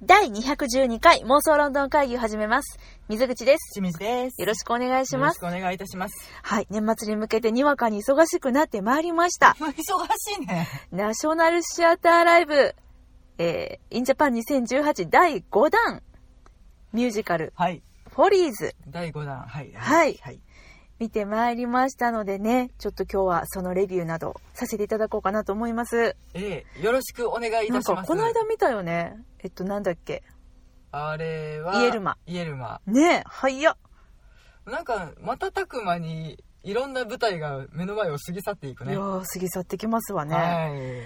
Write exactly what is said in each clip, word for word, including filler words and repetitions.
だいにひゃくじゅうにかい妄想ロンドン会議を始めます。水口です。 清水です。 よろしくお願いします。 よろしくお願いいたします。 はい、年末に向けてにわかに忙しくなってまいりました。 忙しいね。 ナショナルシアターライブ、えー、インジャパンにせんじゅうはちだいごだんミュージカル、 はい、 フォリーズだいごだん、はい、 はい、はい、見てまいりましたのでね、ちょっと今日はそのレビューなどさせていただこうかなと思います。 ええ、よろしくお願いいたします。 なんかこの間見たよね。えっとなんだっけ、 あれはイエルマイエルマねえ、はいや、 なんか瞬く間にいろんな舞台が目の前を過ぎ去っていくね。 いやー、過ぎ去ってきますわね、 はい、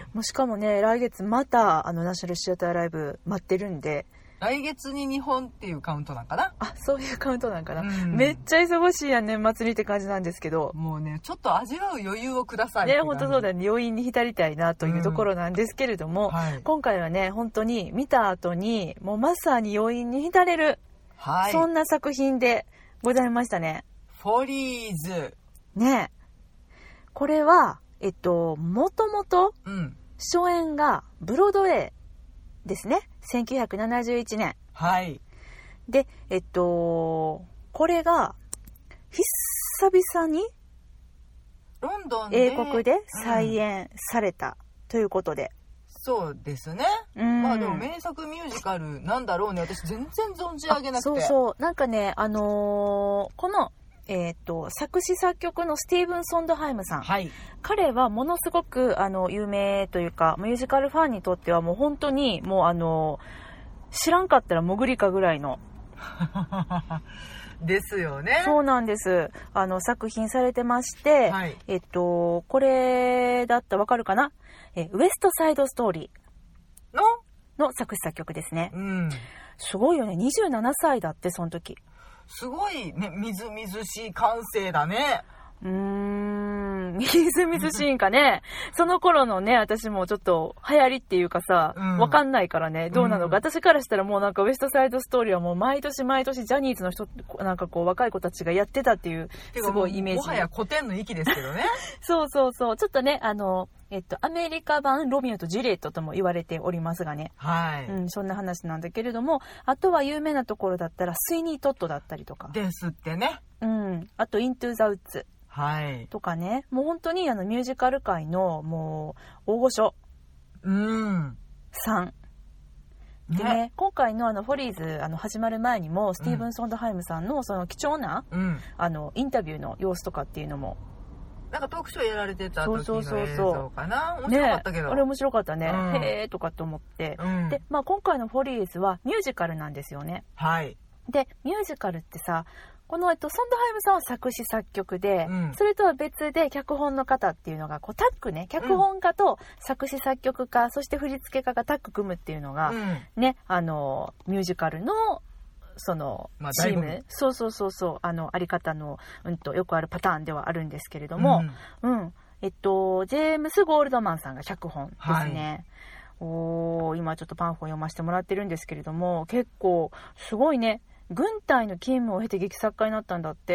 もうしかもね、来月またあのナショナルシアターライブ待ってるんで、 来月ににほんっていうカウントなんかな。 あ、そういうカウントなんかな、 うん、 めっちゃ忙しいやん年末にって感じなんですけど、 もうね、ちょっと味わう余裕をくださいね、本当そうだね、余韻に浸りたいなというところなんですけれども、 うん、はい、 今回はね、本当に見た後にもうまさに余韻に浸れる、 はい、 そんな作品でございましたね。 フォリーズね、これはえっともともと初演がブロードウェイですね、せんきゅうひゃくななじゅういちねん、 はい、 でえっとこれが久々にロンドンで英国で再演されたということで、うん、 そうですね、 うん、 まあでも名作ミュージカルなんだろうね、私全然存じ上げなくて。 そうそう、なんかね、あのー、このえー、と作詞作曲のスティーブン・ソンドハイムさん、 はい、 彼はものすごくあの有名というか、ミュージカルファンにとってはもう本当にもうあの知らんかったら潜りかぐらいのですよね。 そうなんです。あの作品されてまして、はい、えっとこれだったらわかるかな、えウエストサイドストーリー の, の作詞作曲ですね、うん、すごいよね、にじゅうななさいだって、その時。 すごいね、みずみずしい感性だね。 うーん、みずみずしいんかねその頃のね、私もちょっと流行りっていうかさ、うん、わかんないからね、どうなのか、うん、私からしたらもうなんかウエストサイドストーリーはもう毎年毎年ジャニーズの人、なんかこう若い子たちがやってたっていうすごいイメージ。 もはや古典の域ですけどねそうそうそう、ちょっとね、あのえっとアメリカ版ロミオとジュリエットとも言われておりますがね、 はい、 うん、そんな話なんだけれども、あとは有名なところだったらスイニートットだったりとかですってね、 うん、あとイントゥザウッズ、はい、とかね、もう本当にあのミュージカル界のもう大御所さん、うん、でね、ね、今回のあのフォリーズあの始まる前にもスティーブン・ソンドハイムさんのその貴重な、うん、あのインタビューの様子とかっていうのもなんかトークショーやられてた時の映像かな、面白かったけど、 ね、あれ面白かったね、うん、へーとかと思って、うん、で、まあ、今回のフォリーズはミュージカルなんですよね。 はい。 でミュージカルってさ、この、えっと、ソンドハイムさんは作詞作曲で、うん、それとは別で脚本の方っていうのがこうタッグね、脚本家と作詞作曲家、うん、そして振付家がタッグ組むっていうのが、うん、ね、あのミュージカルのそのチーム、まあ、そうそうそうそう、あのあり方の、うんと、よくあるパターンではあるんですけれども、うん、うん、えっとジェームス・ゴールドマンさんが脚本ですね。はい、おー、今ちょっとパンフを読ませてもらってるんですけれども、結構すごいね。軍隊の勤務を経て劇作家になったんだって。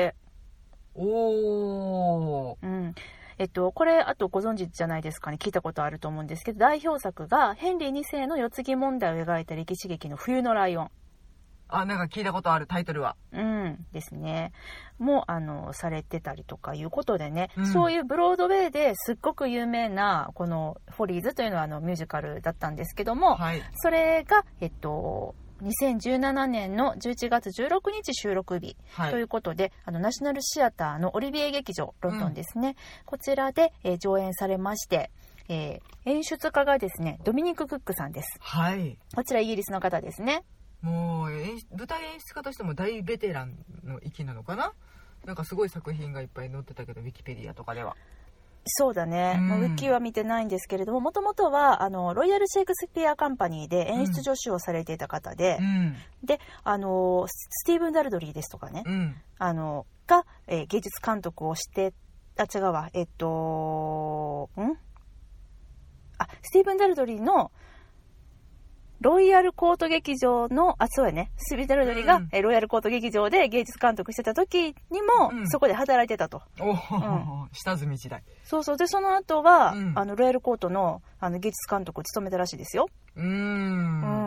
おー、 うん、えっとこれあとご存知じゃないですかね、聞いたことあると思うんですけど、代表作がヘンリーにせいの世継ぎ問題を描いた歴史劇の冬のライオン。 あ、なんか聞いたことある、タイトルは。 うんですね。もうあのされてたりとかいうことでね、うん、そういうブロードウェイですっごく有名なこのフォリーズというのはあのミュージカルだったんですけども、はい、それがえっとにせんじゅうななねんのじゅういちがつじゅうろくにち収録日ということで、はい、あのナショナルシアターのオリビエ劇場ロンドンですね、うん、こちらで、えー、上演されまして、えー、演出家がですねドミニク・クックさんです。 はい、 こちらイギリスの方ですね。 もう舞台演出家としても大ベテランの域なのかな。なんかすごい作品がいっぱい載ってたけど、ウィキペディアとかでは。 そうだね、うん、ウィキは見てないんですけれども、もともとはあのロイヤルシェイクスピアカンパニーで演出助手をされていた方で、うん、であのスティーブン・ダルドリーですとかね、うん、あのが、えー、芸術監督をして、あ違うわえっとんあスティーブン・ダルドリーのロイヤルコート劇場の、あ、そうやね、スビタルドリが、うん、えロイヤルコート劇場で芸術監督してた時にも、うん、そこで働いてたと。 おお、うん、下積み時代。 そうそう。で、その後は、うん、あのロイヤルコートの、あの芸術監督を務めたらしいですよ。 うーん。 う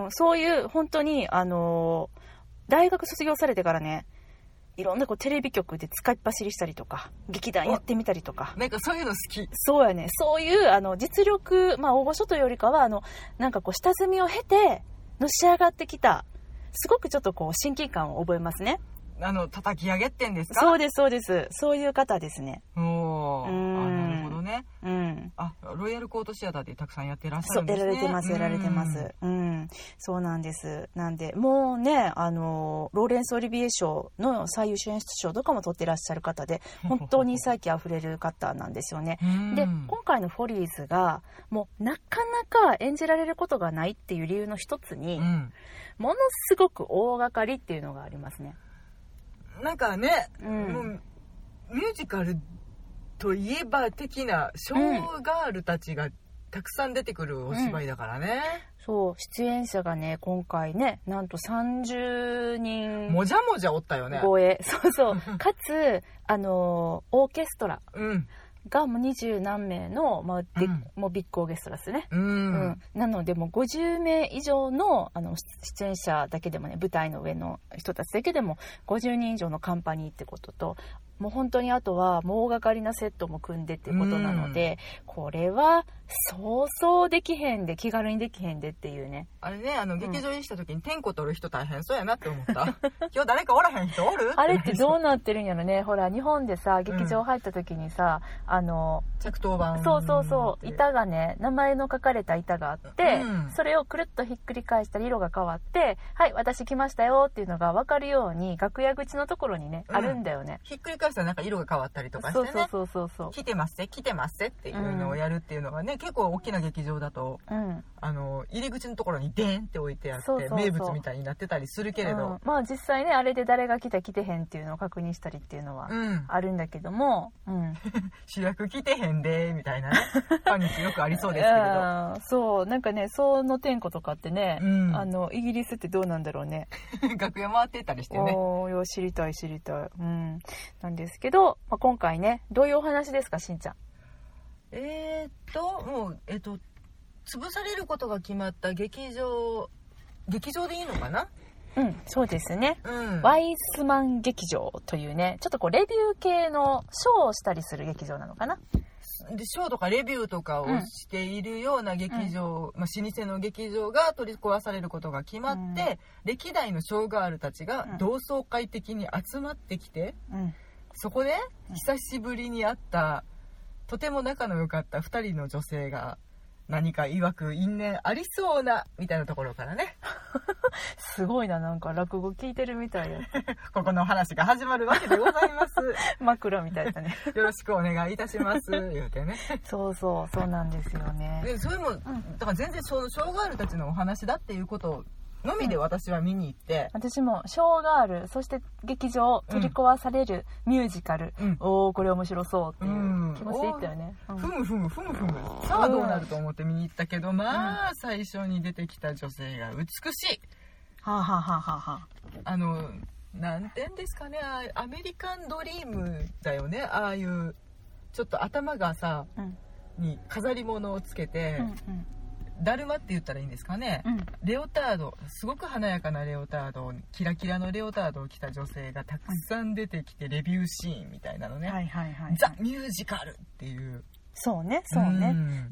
うん、そういう本当にあの大学卒業されてからね、いろんなこうテレビ局で使いっ走りしたりとか、劇団やってみたりとか、 なんかそういうの好き。 そうやね、そういうあの実力、まあ大御所というよりかはあのなんかこう下積みを経てのし上がってきた、すごくちょっとこう親近感を覚えますね。 あの叩き上げってんですか？ そうですそうです、そういう方ですね。 おー、あ、なるほどね。 うん、 あ、ロイヤルコートシアターでたくさんやってらっしゃるんですね。 そう、やられてますやられてます。うん、そうなんです。なんでもうね、あのローレンス・オリビエ賞の最優秀演出賞とかも取ってらっしゃる方で、本当に才気あふれる方なんですよね。で、今回のフォリーズがもうなかなか演じられることがないっていう理由の一つに、うん、ものすごく大掛かりっていうのがありますね。 なんかね、うん、もうミュージカルといえば的なショーガールたちがたくさん出てくるお芝居だからね、 うん、そう、出演者がね今回ねなんとさんじゅうにんもじゃもじゃおったよね。 超え、そうそうかつあのオーケストラ、 うんがもう二十何名の、まあでうん、もうビッグオーケストラですね、 うんうん、 なのでもうごじゅうめい以上 の, あの出演者だけでもね、舞台の上の人たちだけでもごじゅうにん以上のカンパニーってことと、もう本当にあとはもう大掛かりなセットも組んでっていうことなので、うん、これはそうそうできへんで、気軽にできへんでっていうね。 あれね、あの劇場にした時に点呼取る人大変そうやなって思った、うん、今日誰かおらへん人おるあれってどうなってるんやろね。ほら日本でさ劇場入った時にさ、うん、あの着当板、 そうそうそう板がね、名前の書かれた板があって、うん、それをくるっとひっくり返したら色が変わって、はい私来ましたよっていうのが分かるように楽屋口のところにね、うん、あるんだよね。 ひっくり返したらなんか色が変わったりとかしてね、 そうそうそうそう、 来てますね来てますねっていうのをやるっていうのがね、うん、結構大きな劇場だと、うん、あの入り口のところにデーンって置いてあって、そうそうそう名物みたいになってたりするけれど、うん、 まあ実際ねあれで誰が来た来てへんっていうのを確認したりっていうのはあるんだけども、うんうん、 主役来てへんでみたいなねパニックよくありそうですけれどそうなんかね、その点呼とかってね、うん、あのイギリスってどうなんだろうね楽屋回ってたりしてね。 おー、知りたい知りたい、うん、なんですけど、まあ、今回ねどういうお話ですかしんちゃん。 えー、っともうえー、っと潰されることが決まった劇場劇場でいいのかな。 うん、そうですね、うん、ワイスマン劇場というね、ちょっとこうレビュー系のショーをしたりする劇場なのかな。 でショーとかレビューとかをしているような劇場、うんまあ、老舗の劇場が取り壊されることが決まって、うん、歴代のショーガールたちが同窓会的に集まってきて、うん、そこで久しぶりに会ったとても仲の良かったふたりの女性が何か曰く因縁ありそうなみたいなところからねすごいな、なんか落語聞いてるみたいやここの話が始まるわけでございます枕みたいだねよろしくお願いいたします言うてねそうそうそうなんですよね。 でそれも、うん、だから全然そのショーガールたちのお話だっていうことのみで私は見に行って、 うん、私もショーガールそして劇場取り壊されるミュージカル、うん、おーこれ面白そうっていう気持ちでいったよね、 うん、ふむふむふむふむさあどうなると思って見に行ったけど、まあ、うん、最初に出てきた女性が美しい。 はあ、はあはははあ、 あのなんてんですかね、アメリカンドリームだよね。ああいうちょっと頭がさ、うん、に飾り物をつけて、うんうん、だるまって言ったらいいんですかね、うん、レオタード、すごく華やかなレオタード、キラキラのレオタードを着た女性がたくさん出てきて、レビューシーンみたいなのね、 はいはいはいはい、 ザ・ミュージカルっていう。 そうねそうね、うん、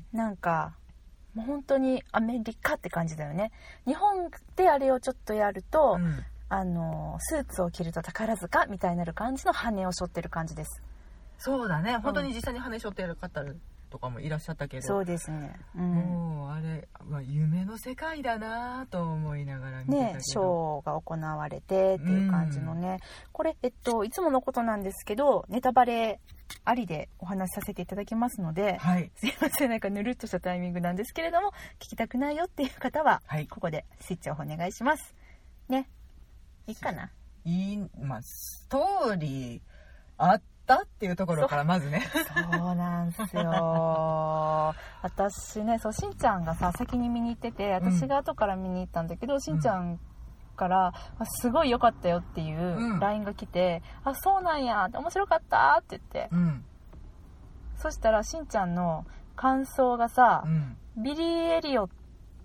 なんかもう本当にアメリカって感じだよね。日本であれをちょっとやると、うん、あのスーツを着ると宝塚みたいになる感じの羽を背負ってる感じです。 そうだね、本当に実際に羽背負ってる方とかもいらっしゃったけど、 そうですね、 うん、もうあれは夢の世界だなと思いながら見てたけど、 ね、ショーが行われてっていう感じのね、うん、これ、えっと、いつものことなんですけどネタバレありでお話しさせていただきますので、はい、すいませんなんかぬるっとしたタイミングなんですけれども、聞きたくないよっていう方は、はい、ここでスイッチオフお願いしますね。いいかな。 いい、まあ、ストーリーあったっていうところからまずね。 そうなんですよ私ね、そうしんちゃんがさ先に見に行ってて、私が後から見に行ったんだけど、うん、しんちゃんからすごい良かったよっていう ライン が来て、うん、あそうなんや面白かったって言って、うん、そしたらしんちゃんの感想がさ、うん、ビリー・エリオット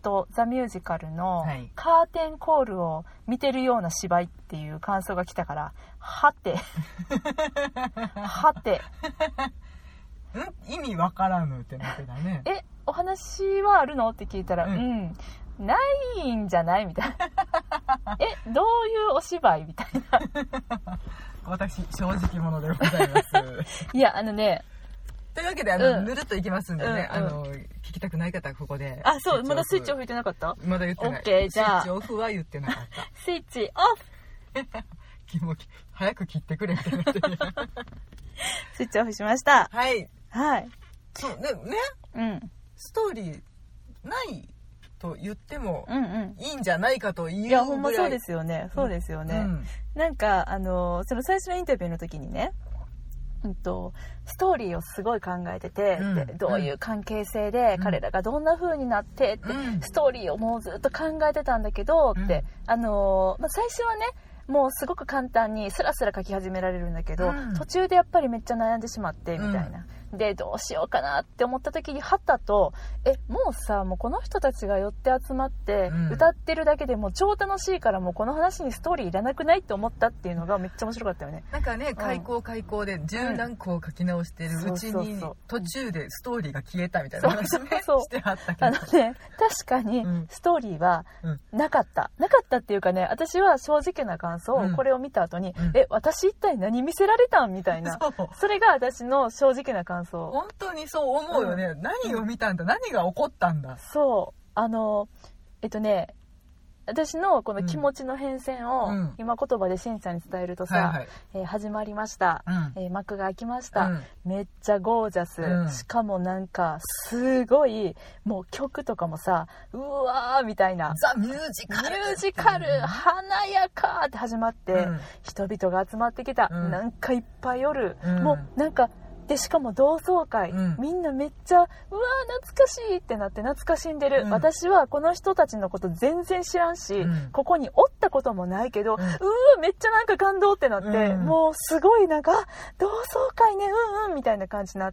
トザミュージカルのカーテンコールを見てるような芝居っていう感想が来たから、はてはてん意味わからぬってなってたね。 えお話はあるのって聞いたら、うん、うん、ないんじゃないみたいなえどういうお芝居みたいな私正直者でございますいやあのねというわけであの、うん、ぬるっといきますんでね、 うんうん、 あの聞きたくない方はここで。 あそうまだスイッチオフ言ってなかった？ まだ言ってない。 オッケーじゃあスイッチオフは言ってなかったスイッチオフキモキ早く切ってくれみたいなスイッチオフしました。 はいはいそうねね、 うん、 ストーリーないと言ってもうんうんいいんじゃないかというぐらい。 いやほんまそうですよねそうですよね、 うん、 なんかあのその最初のインタビューの時にね、うんと、ストーリーをすごい考えてて、うん、でどういう関係性で、うん、彼らがどんな風になってって、うん、ストーリーをもうずっと考えてたんだけどって、うん、あのまあ、最初はねもうすごく簡単にスラスラ書き始められるんだけど、うん、途中でやっぱりめっちゃ悩んでしまってみたいな、うん、でどうしようかなって思った時にはったとえもうさもうこの人たちが寄って集まって歌ってるだけでもう超楽しいからもうこの話にストーリーいらなくないって思ったっていうのがめっちゃ面白かったよね。 なんかね開口開口で十何個を書き直してるうちに途中でストーリーが消えたみたいな話ねしてはったけど、 あのね確かにストーリーはなかった、うん、なかったっていうかね私は正直な感想、うん、これを見た後に、うん、え私一体何見せられたんみたいな そ, それが私の正直な感想。 本当にそう思うよね、うん、何を見たんだ、何が起こったんだ。 そうあのえっとね私のこの気持ちの変遷を今言葉でしんちゃんに伝えるとさ、うんはいはいえー、始まりました、うんえー、幕が開きました、うん、めっちゃゴージャス、うん、しかもなんかすごいもう曲とかもさうわーみたいなザ・ミュージカルミュージカル華やかって始まって、うん、人々が集まってきた、うん、なんかいっぱい夜、うん、もうなんかでしかも同窓会、うん、みんなめっちゃうわー懐かしいってなって懐かしんでる、うん、私はこの人たちのこと全然知らんし、うん、ここにおったこともないけど、うん、うわめっちゃなんか感動ってなって、うん、もうすごいなんか同窓会ねうんうんみたいな感じになって、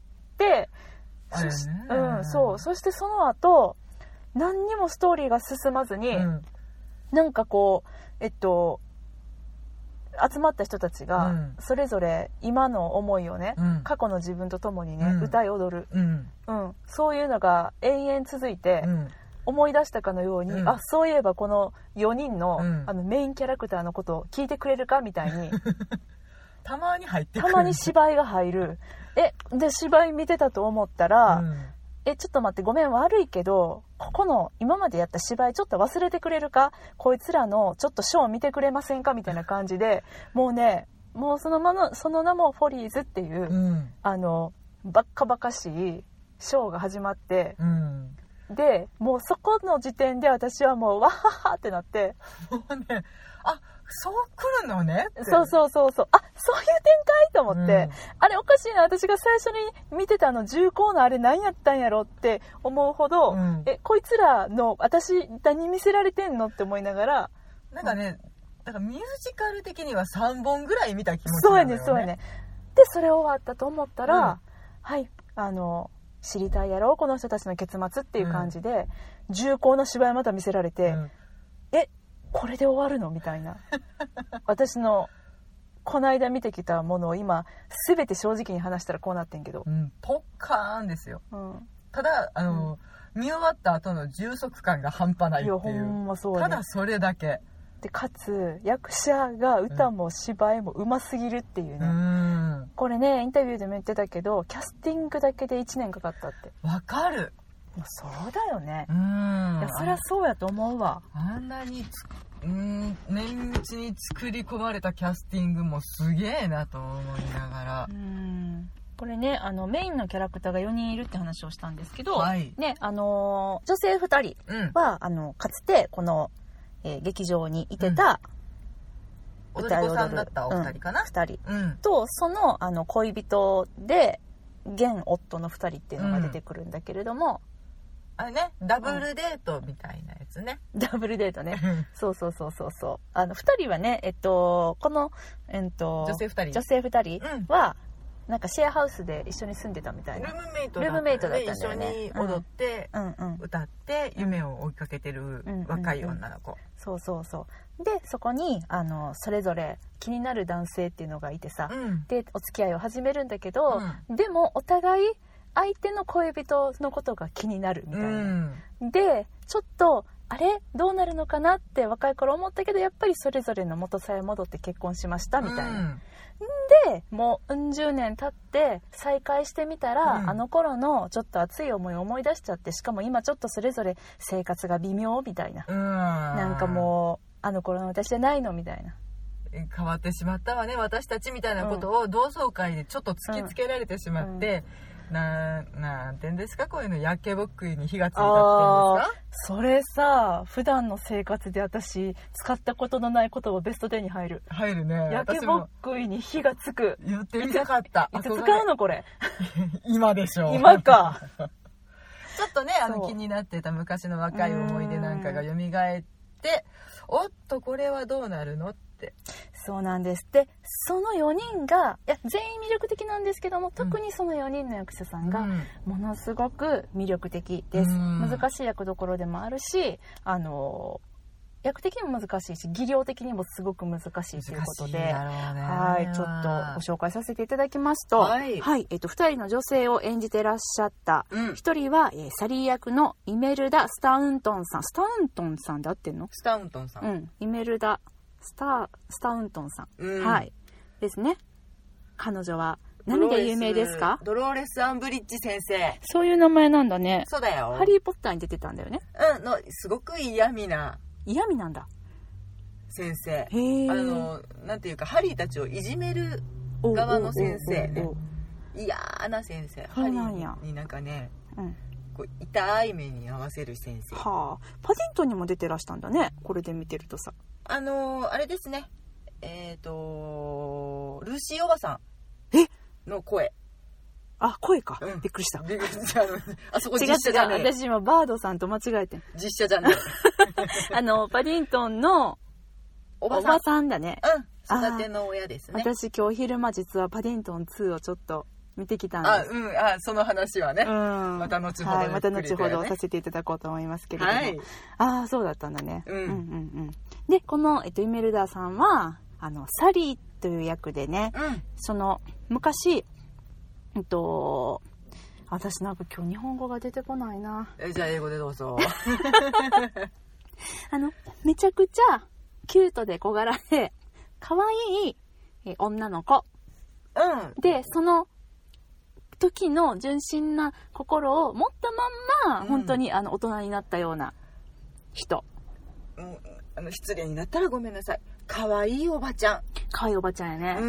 そし、うん、そうそしてその後何にもストーリーが進まずに、うん、なんかこうえっと集まった人たちがそれぞれ今の思いをね、うん、過去の自分と共にね、うん、歌い踊る、うんうん、そういうのが延々続いて、うん、思い出したかのように、うん、あそういえばこのよにん の,、うん、あのメインキャラクターのことを聞いてくれるかみたいにたまに入ってくるたまに芝居が入るえで芝居見てたと思ったら、うんえちょっと待ってごめん悪いけどここの今までやった芝居ちょっと忘れてくれるかこいつらのちょっとショー見てくれませんかみたいな感じでもうねもうそのままその名もフォリーズっていう、うん、あのバッカバカしいショーが始まって、うん、でもうそこの時点で私はもうわははってなってもうねあそう来るのねってそうそうそうそうあそういう展開と思って、うん、あれおかしいな私が最初に見てたの重厚なあれ何やったんやろって思うほど、うん、えこいつらの私何見せられてんのって思いながらなんかね、うん、だからミュージカル的にはさんぼんぐらい見た気持ちそうなんだよね。 やねそうやねでそれ終わったと思ったら、うん、はいあの知りたいやろこの人たちの結末っていう感じで、うん、重厚な芝居また見せられて、うん、えこれで終わるのみたいな私のこの間見てきたものを今全て正直に話したらこうなってんけど、 うん、ポッカーンですよ、うん、ただあの、うん、見終わった後の充足感が半端ないっていう、いやほんまそうやね、ただそれだけでかつ役者が歌も芝居もうますぎるっていうね、うん、これねインタビューでも言ってたけどキャスティングだけでいちねんかかったって。 わかるそうだよね。うんいやそりゃそうやと思うわ。 あんなにつうん綿密に作り込まれたキャスティングもすげえなと思いながらうんこれねあのメインのキャラクターがよにんいるって話をしたんですけど、 はいねあのー、女性ふたりは、うん、あのかつてこの、えー、劇場にいてた、 うん、踊り子さんだったお二人かな、 うん、ふたり、うん、とその、あの恋人で現夫のふたりっていうのが出てくるんだけれども、うんあれね、ダブルデートみたいなやつね、 うん、ダブルデートねそうそうそうそうそうあのふたりはねえっとこの、えっと、 女性ふたり女性ふたりは、 なんかシェアハウスで一緒に住んでたみたいな。 ルームメイトルームメイトだったんだよね。 一緒に踊って、うんうん、歌って夢を追いかけてる若い女の子、うんうんうん、 そうそうそう。でそこにあのそれぞれ気になる男性っていうのがいてさ、うん、でお付き合いを始めるんだけど、うん、でもお互い相手の恋人のことが気になるみたいな、うん、でちょっとあれどうなるのかなって若い頃思ったけど、やっぱりそれぞれの元さへ戻って結婚しましたみたいな、うん、でもううん十年経って再会してみたら、うん、あの頃のちょっと熱い思いを思い出しちゃって、しかも今ちょっとそれぞれ生活が微妙みたいな、うん、なんかもうあの頃の私じゃないのみたいな、 変わってしまったわね私たちみたいなことを同窓会でちょっと突きつけられてしまって、うんうんななんてんですかこういうの、やけぼっくいに火がついたっていうんですか。 それさ普段の生活で私使ったことのない言葉ベストテンに入る入るね。 やけぼっくいに火がつく言ってみたかった。 いつ使うのこれ今でしょう。 今かちょっとねあの気になってた昔の若い思い出なんかが蘇っておっとこれはどうなるのって。 そうなんです。でそのよにんがいや全員魅力的なんですけども、特にそのよにんの役者さんがものすごく魅力的です、うん、難しい役どころでもあるし、あの役的にも難しいし技量的にもすごく難しいということで、はいちょっとご紹介させていただきますと、はい、はいえっと、ふたりの女性を演じてらっしゃった、うん、ひとりは、えー、サリー役のイメルダ・スタウントンさん。スタウントンさんで合ってんの？ スタウントンさん、 うん、イメルダスタスタウントンさん、うん、はいですね。彼女は何で有名ですか？ ドローレス・アンブリッジ先生。 そういう名前なんだね。 そうだよ。 ハリーポッターに出てたんだよね。 うんのすごく嫌味な嫌味なんだ先生。へー。あのなんていうかハリーたちをいじめる側の先生ね。嫌な先生。ハリーになんかね、うん、こう痛い目に合わせる先生。 はあ。パディントンにも出てらしたんだね。これで見てるとさ。 あのー、あれですね。えっ、ー、とルーシーおばさんの声。 あ、声か、うん、びっくりした。 びっくりした。あそこ実写じゃねえ。 違う違う、私今バードさんと間違えてん。 実写じゃねえ。あのパディントンのおばさん、おばさんだね。 うん。育ての親ですね。 私今日昼間実はパディントンツーをちょっと見てきたんです。 あ、うん、あ、その話はね、うん、また後ほど、ね、はい、 また後ほどさせていただこうと思いますけれども、はい、ああそうだったんだね、うん、うんうんうんでこの、えっと、イメルダーさんはあのサリーという役でね、うん、その昔、えっと、私なんか今日日本語が出てこないな。 えじゃあ英語でどうぞ。 あのめちゃくちゃキュートで小柄で可愛いえ女の子、うん、でその時の純真な心を持ったまんま、うん、本当にあの大人になったような人、 うん、あの失礼になったらごめんなさい。可愛いおばちゃん。 可愛いおばちゃんやね、うん、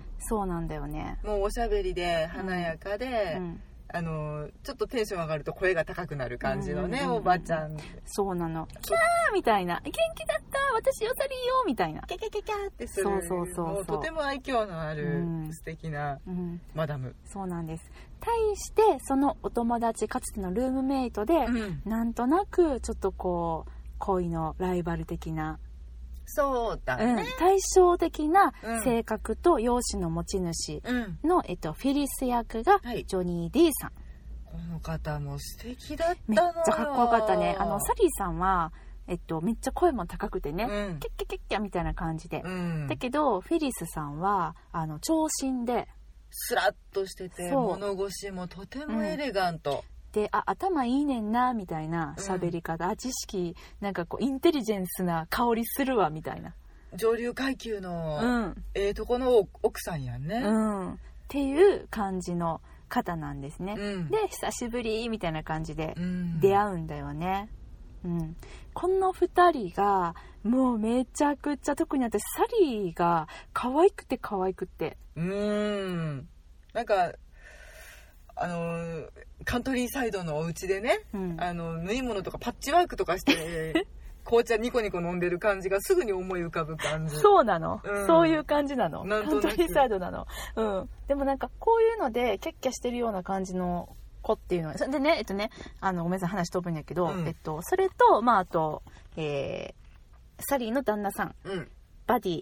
そうなんだよね。 もうおしゃべりで華やかで、うんうんあのちょっとテンション上がると声が高くなる感じのね、うんうんうん、おばちゃん。 そうなの。キャーみたいな、元気だった私よさりよみたいな、 キャキャキャキャってする。 そうそうそうそう、もうとても愛嬌のある素敵なマダム、うんうん、そうなんです。対してそのお友達かつてのルームメイトで、うん、なんとなくちょっとこう恋のライバル的な、 そうだね、うん、 対照的な性格と容姿の持ち主の、うんえっと、フィリス役がジョニー・ディーさん、はい、 この方も素敵だったのよ。 めっちゃかっこよかったね。あのサリーさんは、えっと、めっちゃ声も高くてね、うん、キャッキャキャッキャみたいな感じで、うん、だけどフィリスさんはあの長身でスラッとしてて物腰もとてもエレガント、うんであ頭いいねんなみたいな喋り方、うん、知識なんかこうインテリジェンスな香りするわみたいな、 上流階級の、うん、ええとこの奥さんやんね、 うん、っていう感じの方なんですね、うん、で久しぶりみたいな感じで出会うんだよね、うんうん、このふたりがもうめちゃくちゃ、特に私サリーが可愛くて可愛くて、 うーんなんかあのカントリーサイドのお家でね、うん、あの縫い物とかパッチワークとかして紅茶ニコニコ飲んでる感じがすぐに思い浮かぶ感じ。 そうなの、うん、そういう感じなの。カントリーサイドなの、うん、でもなんかこういうのでキャッキャしてるような感じの子っていうのはでね、えっとねあのごめんなさい話飛ぶんやけど、うんえっと、それとまああと、えー、サリーの旦那さん、うん、バディ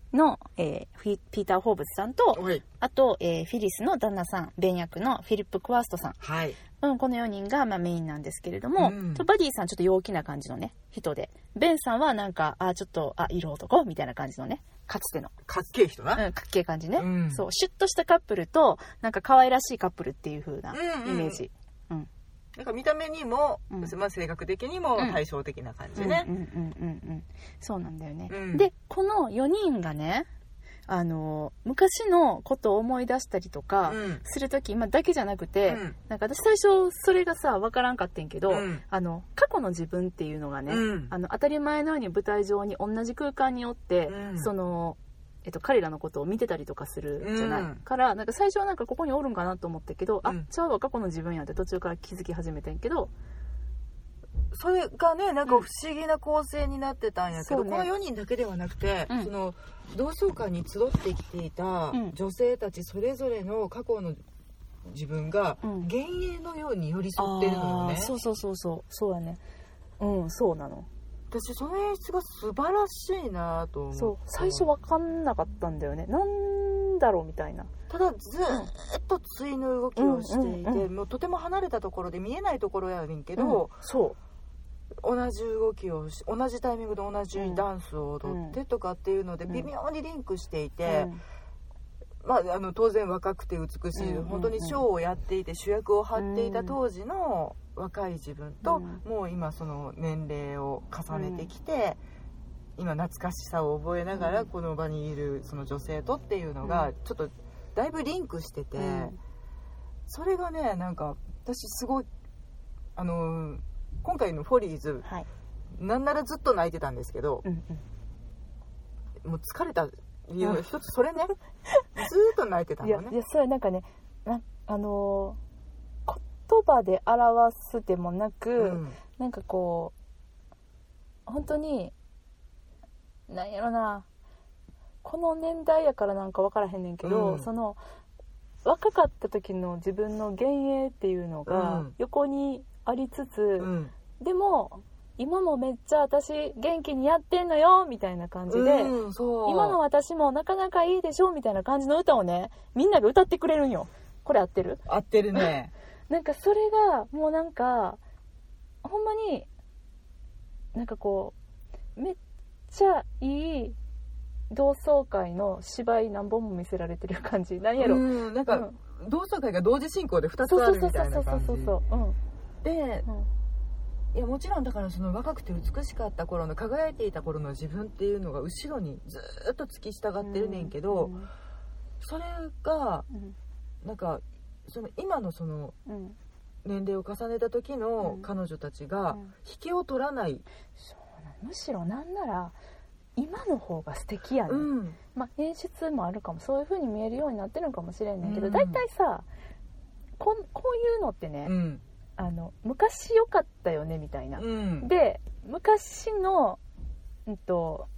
の、えー、フィピーター・ホーブスさんと、あと、えー、フィリスの旦那さん、ベン役のフィリップ・クワーストさん、 はい、 うん、このよにんが、まあ、メインなんですけれども、うん、バディさんちょっと陽気な感じのね人で、ベンさんはなんかあちょっとあ色男みたいな感じのね、かつてのかっけえ人な、 うん、かっけえ感じね、 うん、 そうシュッとしたカップルとなんか可愛らしいカップルっていう風なイメージ、うんうん、 なんか見た目にも、うんまあ、性格的にも対照的な感じね、 うんうんうんうんうん、そうなんだよね、 うん、 でこのよにんがねあの昔のことを思い出したりとかするとき、うん、まあ、だけじゃなくて、うん、なんか私最初それがさ分からんかってんけど、うん、あの過去の自分っていうのがね、うん、あの当たり前のように舞台上に同じ空間におって、うん、そのえっと、彼らのことを見てたりとかするじゃない、うん、からなんか最初はなんかここにおるんかなと思ったけど、うん、あちゃうわ過去の自分やって途中から気づき始めてんけど、 それがねなんか不思議な構成になってたんやけど、うん、このよにんだけではなくて、うん、その同窓会に集ってきていた女性たちそれぞれの過去の自分が幻影のように寄り添ってるのよね、 うん、そうそうそうそうそうだね、うんそうなの。 私その演出が素晴らしいなと思って、 そう最初分かんなかったんだよね、なんだろうみたいな。 ただずっと対の動きをしていて、うんうんうん、もうとても離れたところで見えないところやねんけど、 うん、そう同じ動きをし同じタイミングで同じダンスを踊ってとかっていうので微妙にリンクしていて、うん、まあ、あの当然若くて美しい、うん、本当にショーをやっていて主役を張っていた当時の若い自分と、うん、もう今その年齢を重ねてきて、うん、今懐かしさを覚えながらこの場にいるその女性とっていうのがちょっとだいぶリンクしてて、うん、それがねなんか私すごいあの今回のフォリーズ、はい、なんならずっと泣いてたんですけど、うんうん、もう疲れた理由の一つそれねずっと泣いてたのね。いや、 いやそれなんかねなあのー、言葉で表すでもなく、うん、なんかこう本当になんやろなこの年代やからなんか分からへんねんけど、うん、その若かった時の自分の幻影っていうのが横にありつつ、うん、でも今もめっちゃ私元気にやってんのよみたいな感じで、うん、そう今の私もなかなかいいでしょみたいな感じの歌をねみんなが歌ってくれるんよ。これ合ってる？ 合ってるねなんかそれがもうなんかほんまになんかこうめっちゃいい同窓会の芝居何本も見せられてる感じなんやろ、 うんなんか、うん、同窓会が同時進行でふたつあるみたいな感じで、いやもちろんだからその若くて美しかった頃の輝いていた頃の自分っていうのが後ろにずっと突き従ってるねんけど、うん、それがなんかその今のその年齢を重ねた時の彼女たちが引けを取らない、うんうん、 そうなむしろなんなら今の方が素敵やね、うん、まあ演出もあるかもそういう風に見えるようになってるのかもしれんねんけど、うん、だいたいさこ, こういうのってね、うん、あの昔良かったよねみたいな、うん、で昔の、うんと、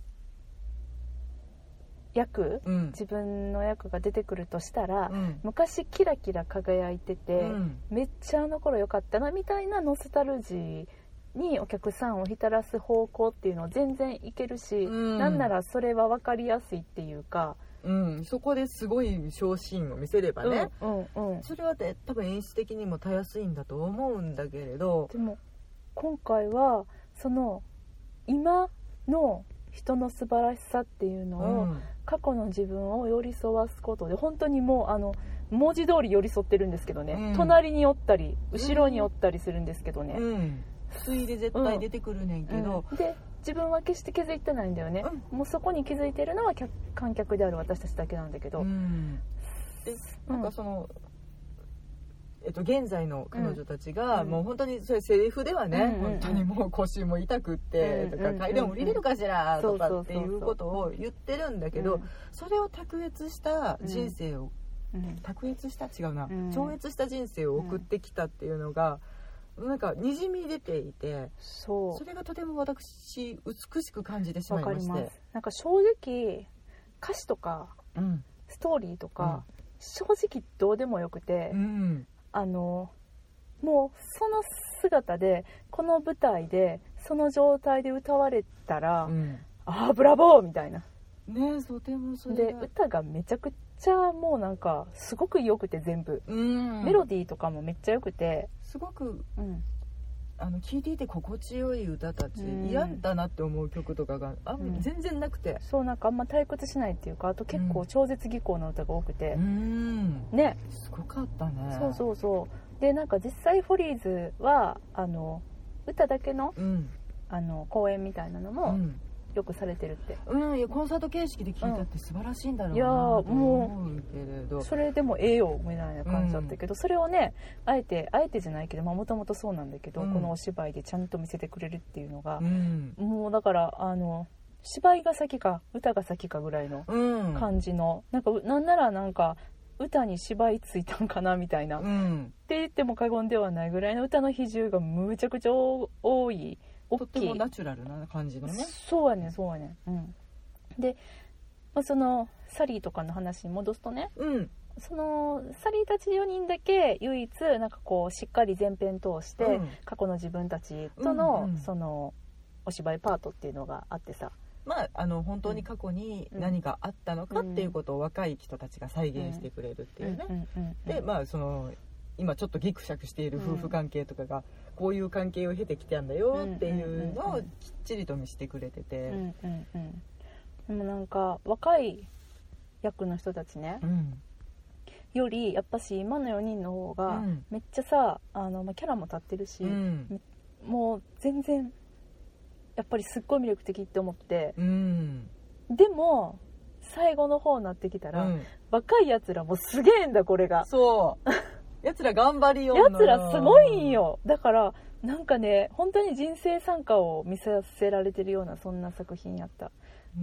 役、うん、自分の役が出てくるとしたら、うん、昔キラキラ輝いてて、うん、めっちゃあの頃良かったなみたいなノスタルジーにお客さんを浸らす方向っていうのは全然いけるし、うん、なんならそれは分かりやすいっていうか、 うん、そこですごい昇進を見せればね、 うんうんうん、 それは多分演出的にもたやすいんだと思うんだけれど、 でも今回はその今の人の素晴らしさっていうのを、うん、過去の自分を寄り添わすことで本当にもうあの文字通り寄り添ってるんですけどね、うん、隣におったり後ろにおったりするんですけどね、うん、 推で絶対出てくるねんけど、 うん、で自分は決して気づいてないんだよね、うん、もうそこに気づいてるのは観客である私たちだけなんだけど、うん、 でなんかその、えっと、現在の彼女たちが、うん、もう本当にそれセリフではね、うんうんうん、本当にもう腰も痛くって、うんうんうん、とか階段降りれるかしらとかっていうことを言ってるんだけど、うん、それを卓越した人生を、うん、卓越した違うな、うん、超越した人生を送ってきたっていうのが、うん、なんかにじみ出ていて、そうそれがとても私美しく感じてしまいまして、わかります。 なんか正直歌詞とか、うん、ストーリーとか、うん、正直どうでもよくて、うん、あのもうその姿でこの舞台でその状態で歌われたら、うん、ああブラボーみたいな、 ね、とてもそれで歌がめちゃくちゃもうなんかすごく良くて全部、 うん、 メロディーとかもめっちゃ良くてすごく、 うん、 あの聴いていて心地よい歌たち、うん、嫌だなって思う曲とかがあ、うん、全然なくて、 そうなんかあんま退屈しないっていうか、あと結構超絶技巧の歌が多くて、 うん、 ね、 すごかったね。 そうそうそうでなんか実際フォリーズはあの歌だけの、うん、あの公演みたいなのも、うんよくされてるって、 うん、いやコンサート形式で聴いたって素晴らしいんだろうなと思うけれど、 それでもええよみたいな感じだったけど、うん、それをねあえてあえてじゃないけどもともとそうなんだけど、うん、このお芝居でちゃんと見せてくれるっていうのが、うん、もうだからあの芝居が先か歌が先かぐらいの感じの、うん、なんかなんならなんか歌に芝居ついたんかなみたいな、うん、って言っても過言ではないぐらいの歌の比重がむちゃくちゃ多い、 とってもナチュラルな感じのね。 そうやねそうやね、うん、で、まあ、そのサリーとかの話に戻すとね、うん、そのサリーたちよにんだけ唯一なんかこうしっかり前編通して、うん、過去の自分たちとの、うんうん、そのお芝居パートっていうのがあってさ、 まあ、あの本当に過去に何があったのかっていうことを若い人たちが再現してくれるっていうね。でまあその今ちょっとギクシャクしている夫婦関係とかがこういう関係を経てきたんだよっていうのをきっちりと見せてくれてて、うんうんうん、でもなんか若い役の人たちね、うん、よりやっぱし今のよにんの方がめっちゃさあの、まあ、キャラも立ってるし、うん、もう全然やっぱりすっごい魅力的って思って、うん、でも最後の方になってきたら、うん、若いやつらもすげえんだこれがそうやつら頑張りよやつらすごいんよ。だからなんかね本当に人生参加を見させられてるようなそんな作品やった。 うん、うん、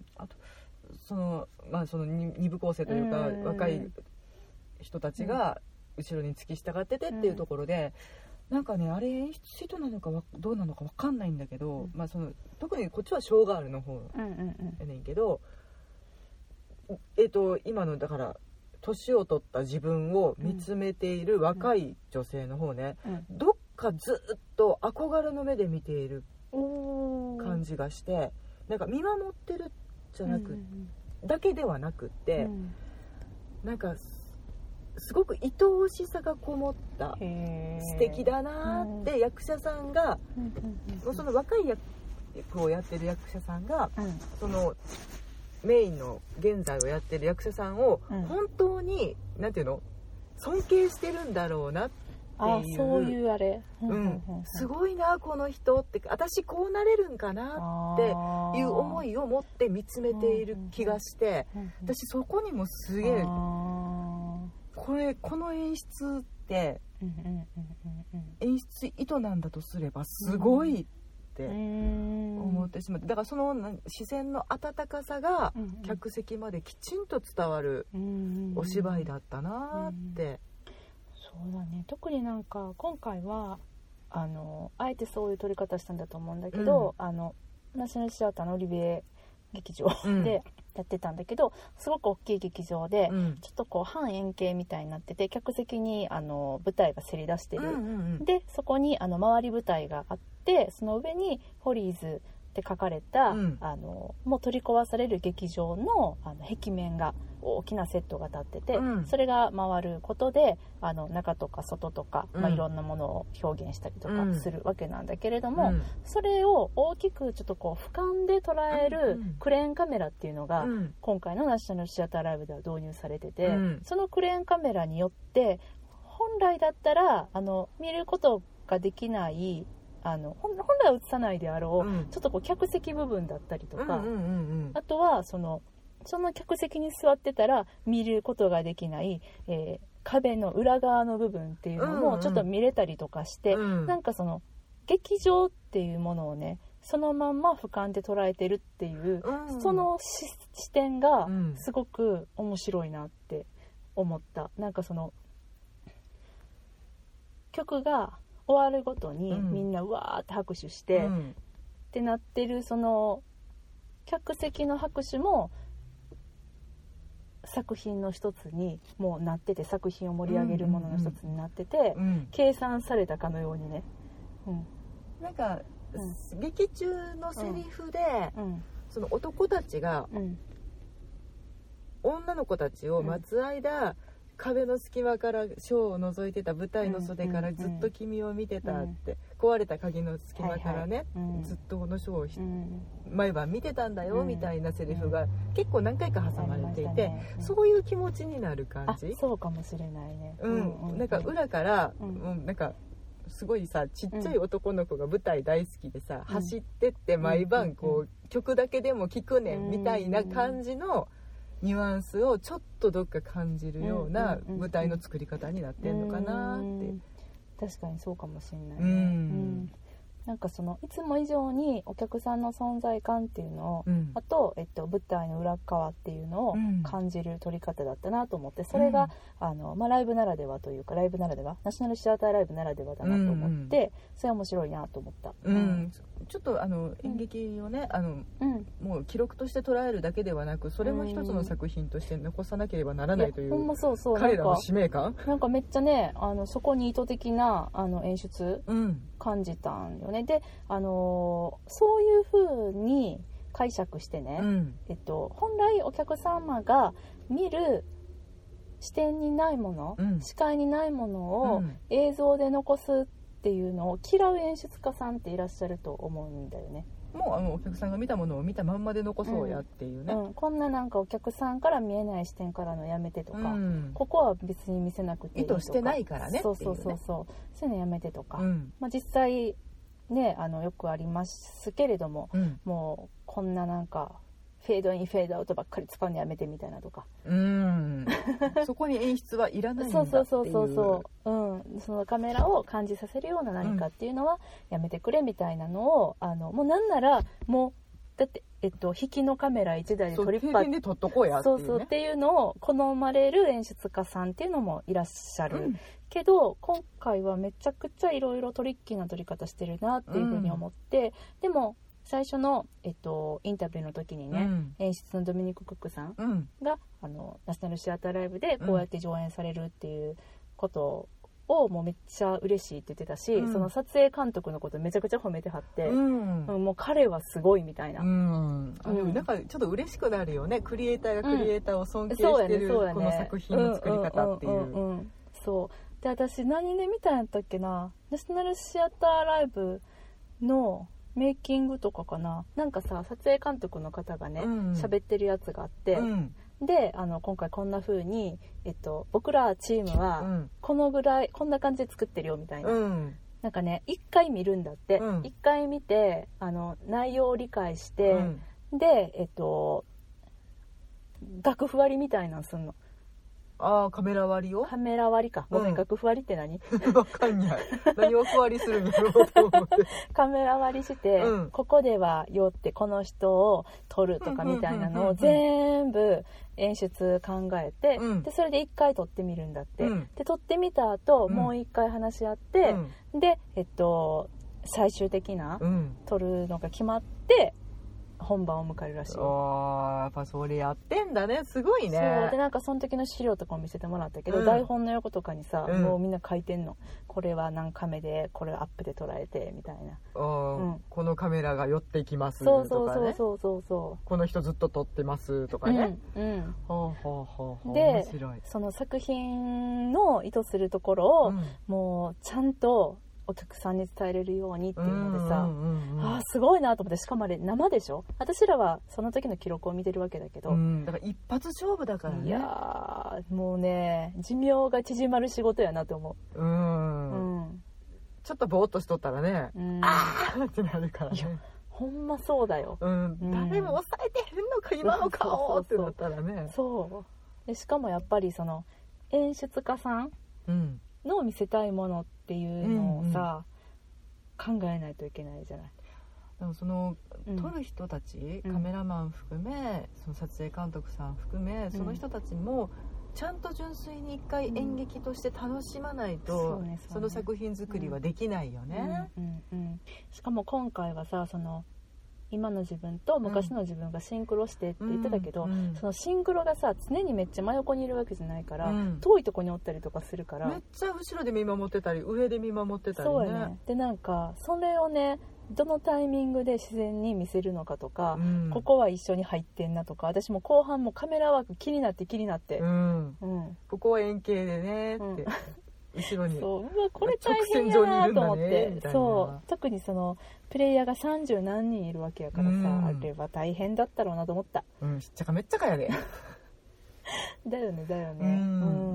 あとそのまあその二部構成というか、うん、若い人たちが後ろに付き従っててっていうところで、うん、なんかねあれ演出意図なのかどうなのか分かんないんだけど、うん、まあその特にこっちはショーガールの方やねんけど、うんうんうん、えっ、ー、と今のだから年を取った自分を見つめている若い女性の方ね、うんうん、どっかずっと憧れの目で見ている感じがして、なんか見守ってるじゃなく、うんうんうん、だけではなくって、うん、なんかすごく愛おしさがこもった素敵だなって役者さんが、うん、その若い役をやってる役者さんが、うん、そのメインの現在をやってる役者さんを本当に、うん、なんていうの尊敬してるんだろうなっていう、あそういうあれ、 うん、すごいなこの人って私こうなれるんかなっていう思いを持って見つめている気がして、私そこにもすげえこれこの演出って演出意図なんだとすればすごいって思ってしまって、だからその視線の温かさが客席まできちんと伝わるお芝居だったなって。 そうだね、特になんか今回はあのあえてそういう撮り方したんだと思うんだけど、うん、あのナショナルシアターのオリビエ劇場でやってたんだけど、うん、すごく大きい劇場で、うん、ちょっとこう半円形みたいになってて客席にあの舞台がせり出してる、うんうんうん、でそこにあの周り舞台があってその上にフォリーズって書かれた、うん、あのもう取り壊される劇場 の, あの壁面が大きなセットが立ってて、うん、それが回ることであの中とか外とか、うんまあ、いろんなものを表現したりとかするわけなんだけれども、うん、それを大きくちょっとこう俯瞰で捉えるクレーンカメラっていうのが、うん、今回のナショナルシアターライブでは導入されてて、うん、そのクレーンカメラによって本来だったらあの見ることができないあの本来は映さないであろう、うん、ちょっとこう客席部分だったりとか、うんうんうんうん、あとはそのその客席に座ってたら見ることができない、えー、壁の裏側の部分っていうのもちょっと見れたりとかして、うんうん、なんかその劇場っていうものをねそのまんま俯瞰で捉えてるっていう、うん、その視点がすごく面白いなって思った。なんかその曲が終わるごとにみんなうわーって拍手して、うん、ってなってるその客席の拍手も作品の一つにもうなってて作品を盛り上げるものの一つになってて、うんうんうん、計算されたかのようにね、うん、 なんか、うん、劇中のセリフで、うん、 その男たちが、うん、女の子たちを待つ間、うん、壁の隙間からショーを覗いてた、舞台の袖からずっと君を見てたって、うん、壊れた鍵の隙間からね、はいはい、ずっとこのショーを、うん、毎晩見てたんだよみたいなセリフが結構何回か挟まれていて、ね、うん、そういう気持ちになる感じ。 そうかもしれないね、 うんうんうん、なんか裏から、うん、なんかすごいさ、ちっちゃい男の子が舞台大好きでさ、うん、走ってって毎晩こう曲だけでも聴くねんみたいな感じのニュアンスをちょっとどっか感じるような舞台の作り方になってんのかなって。 確かにそうかもしれないね、うんうん、なんかそのいつも以上にお客さんの存在感っていうのを、うん、あと、えっと、舞台の裏側っていうのを感じる撮り方だったなと思って、それが、うん、あのまあ、ライブならではというか、ライブならではナショナルシアターライブならではだなと思って、うんうん、それは面白いなと思った、 うんうん、ちょっとあの演劇をね、あの、うん、もう記録として捉えるだけではなく、それも一つの作品として残さなければならないという、 ほんまそうそう、 彼らの使命感なんかめっちゃね、あのそこに意図的なあの演出感じたんよね、うん、で、あのー、そういう風に解釈してね、うん、えっと、本来お客様が見る視点にないもの、うん、視界にないものを映像で残すっていうのを嫌う演出家さんっていらっしゃると思うんだよね。 もうあのお客さんが見たものを見たまんまで残そうやっていうね、 うんうん、こんななんかお客さんから見えない視点からのやめてとか、うん、ここは別に見せなくていいとか、 意図してないからねそうそうそうそう、そういうのやめてとか、うん、まあ、実際ね、あのよくありますけれども、うん、もうこんななんかフェードインフェードアウトばっかり使うのやめてみたいなとか、 うん、そこに演出はいらないんだっていう、 そうそうそうそう、うん、そのカメラを感じさせるような何かっていうのはやめてくれみたいなのを、あのもうなんならもうだって、えっと、引きのカメラいちだいで撮りっぱで撮っとこうやっていう、ね、 そうそうっていうのを好まれる演出家さんっていうのもいらっしゃる、うん、けど今回はめちゃくちゃいろいろトリッキーな撮り方してるなっていうふうに思って、うん、でも最初の、えっと、インタビューの時にね、うん、演出のドミニク・クックさんが、うん、あのナショナルシアターライブでこうやって上演されるっていうことをもうめっちゃ嬉しいって言ってたし、うん、その撮影監督のことめちゃくちゃ褒めてはって、うん、もう彼はすごいみたいな、うん、 あのなんかちょっと嬉しくなるよね、クリエイターがクリエイターを尊敬してる、うんねね、この作品の作り方っていう。 そうで、私何で見たんやったっけな、ナショナルシアターライブのメイキングとかかな、なんかさ撮影監督の方がね喋、うん、ってるやつがあって、うん、であの今回こんな風に、えっと、僕らチームはこのぐらい、うん、こんな感じで作ってるよみたいな、うん、なんかね一回見るんだって、うん、一回見てあの内容を理解して、うん、でえっと楽譜割りみたいなのすんの。 ああ、カメラ割りをカメラ割りか。ごめん、うん、楽譜割りって何わかんない。何を割りするんやろうと思って。 カメラ割りして、うん、ここではよってこの人を撮るとかみたいなのを全部演出考えて、うん、でそれで一回撮ってみるんだって。うん、で撮ってみた後、うん、もう一回話し合って、うん、で、えっと、最終的な撮るのが決まって、本番を迎えるらしい。 ああ、やっぱそれやってんだね。すごいね。 そうで、なんかその時の資料とかも見せてもらったけど、うん、台本の横とかにさ、うん、もうみんな書いてんの。これは何カメで、これアップで捉えてみたいな。 あ、うん、このカメラが寄ってきますとかね。 そうそうそうそうそう。 この人ずっと撮ってますとかね。うん。うん、はあはあはあ。 で、面白い。その作品の意図するところを、うん、もうちゃんとお客さんに伝えれるようにっていうのでさ、うんうんうん、あーすごいなと思って。しかもあれ生でしょ。私らはその時の記録を見てるわけだけど、うん、 だから一発勝負だからね。 いやーもうね、寿命が縮まる仕事やなと思う。うん、 うん、ちょっとぼーっとしとったらね、うん、あーってなるからね。 ほんまそうだよ、 うん、誰も抑えてへんのか今の顔ってなったらね。 そうで、しかもやっぱりその演出家さんの見せたいものっていうのをさ、うんうん、考えないといけないじゃない。 でもその、うん、撮る人たち、カメラマン含め、その撮影監督さん含め、うん、その人たちもちゃんと純粋に一回演劇として楽しまないと、うん、そうね、そうね、その作品作りはできないよね、 うんうんうんうん、しかも今回はさ、その今の自分と昔の自分がシンクロしてって言ってたけど、 うんうん、 そのシンクロがさ常にめっちゃ真横にいるわけじゃないから、うん、遠いとこにおったりとかするからめっちゃ後ろで見守ってたり上で見守ってたりね。 そうやね。でなんかそれをねどのタイミングで自然に見せるのかとか、うん、ここは一緒に入ってんなとか、私も後半もカメラワーク気になって気になって、 うんうん、ここは円形でねって、うん、後ろにそううわこれ大変やなと思って、そう特にそのプレイヤーがさんじゅうなんにんいるわけやからさ、うん、あれは大変だったろうなと思った。 うん、しっちゃかめっちゃかやでだよねだよね、 うん、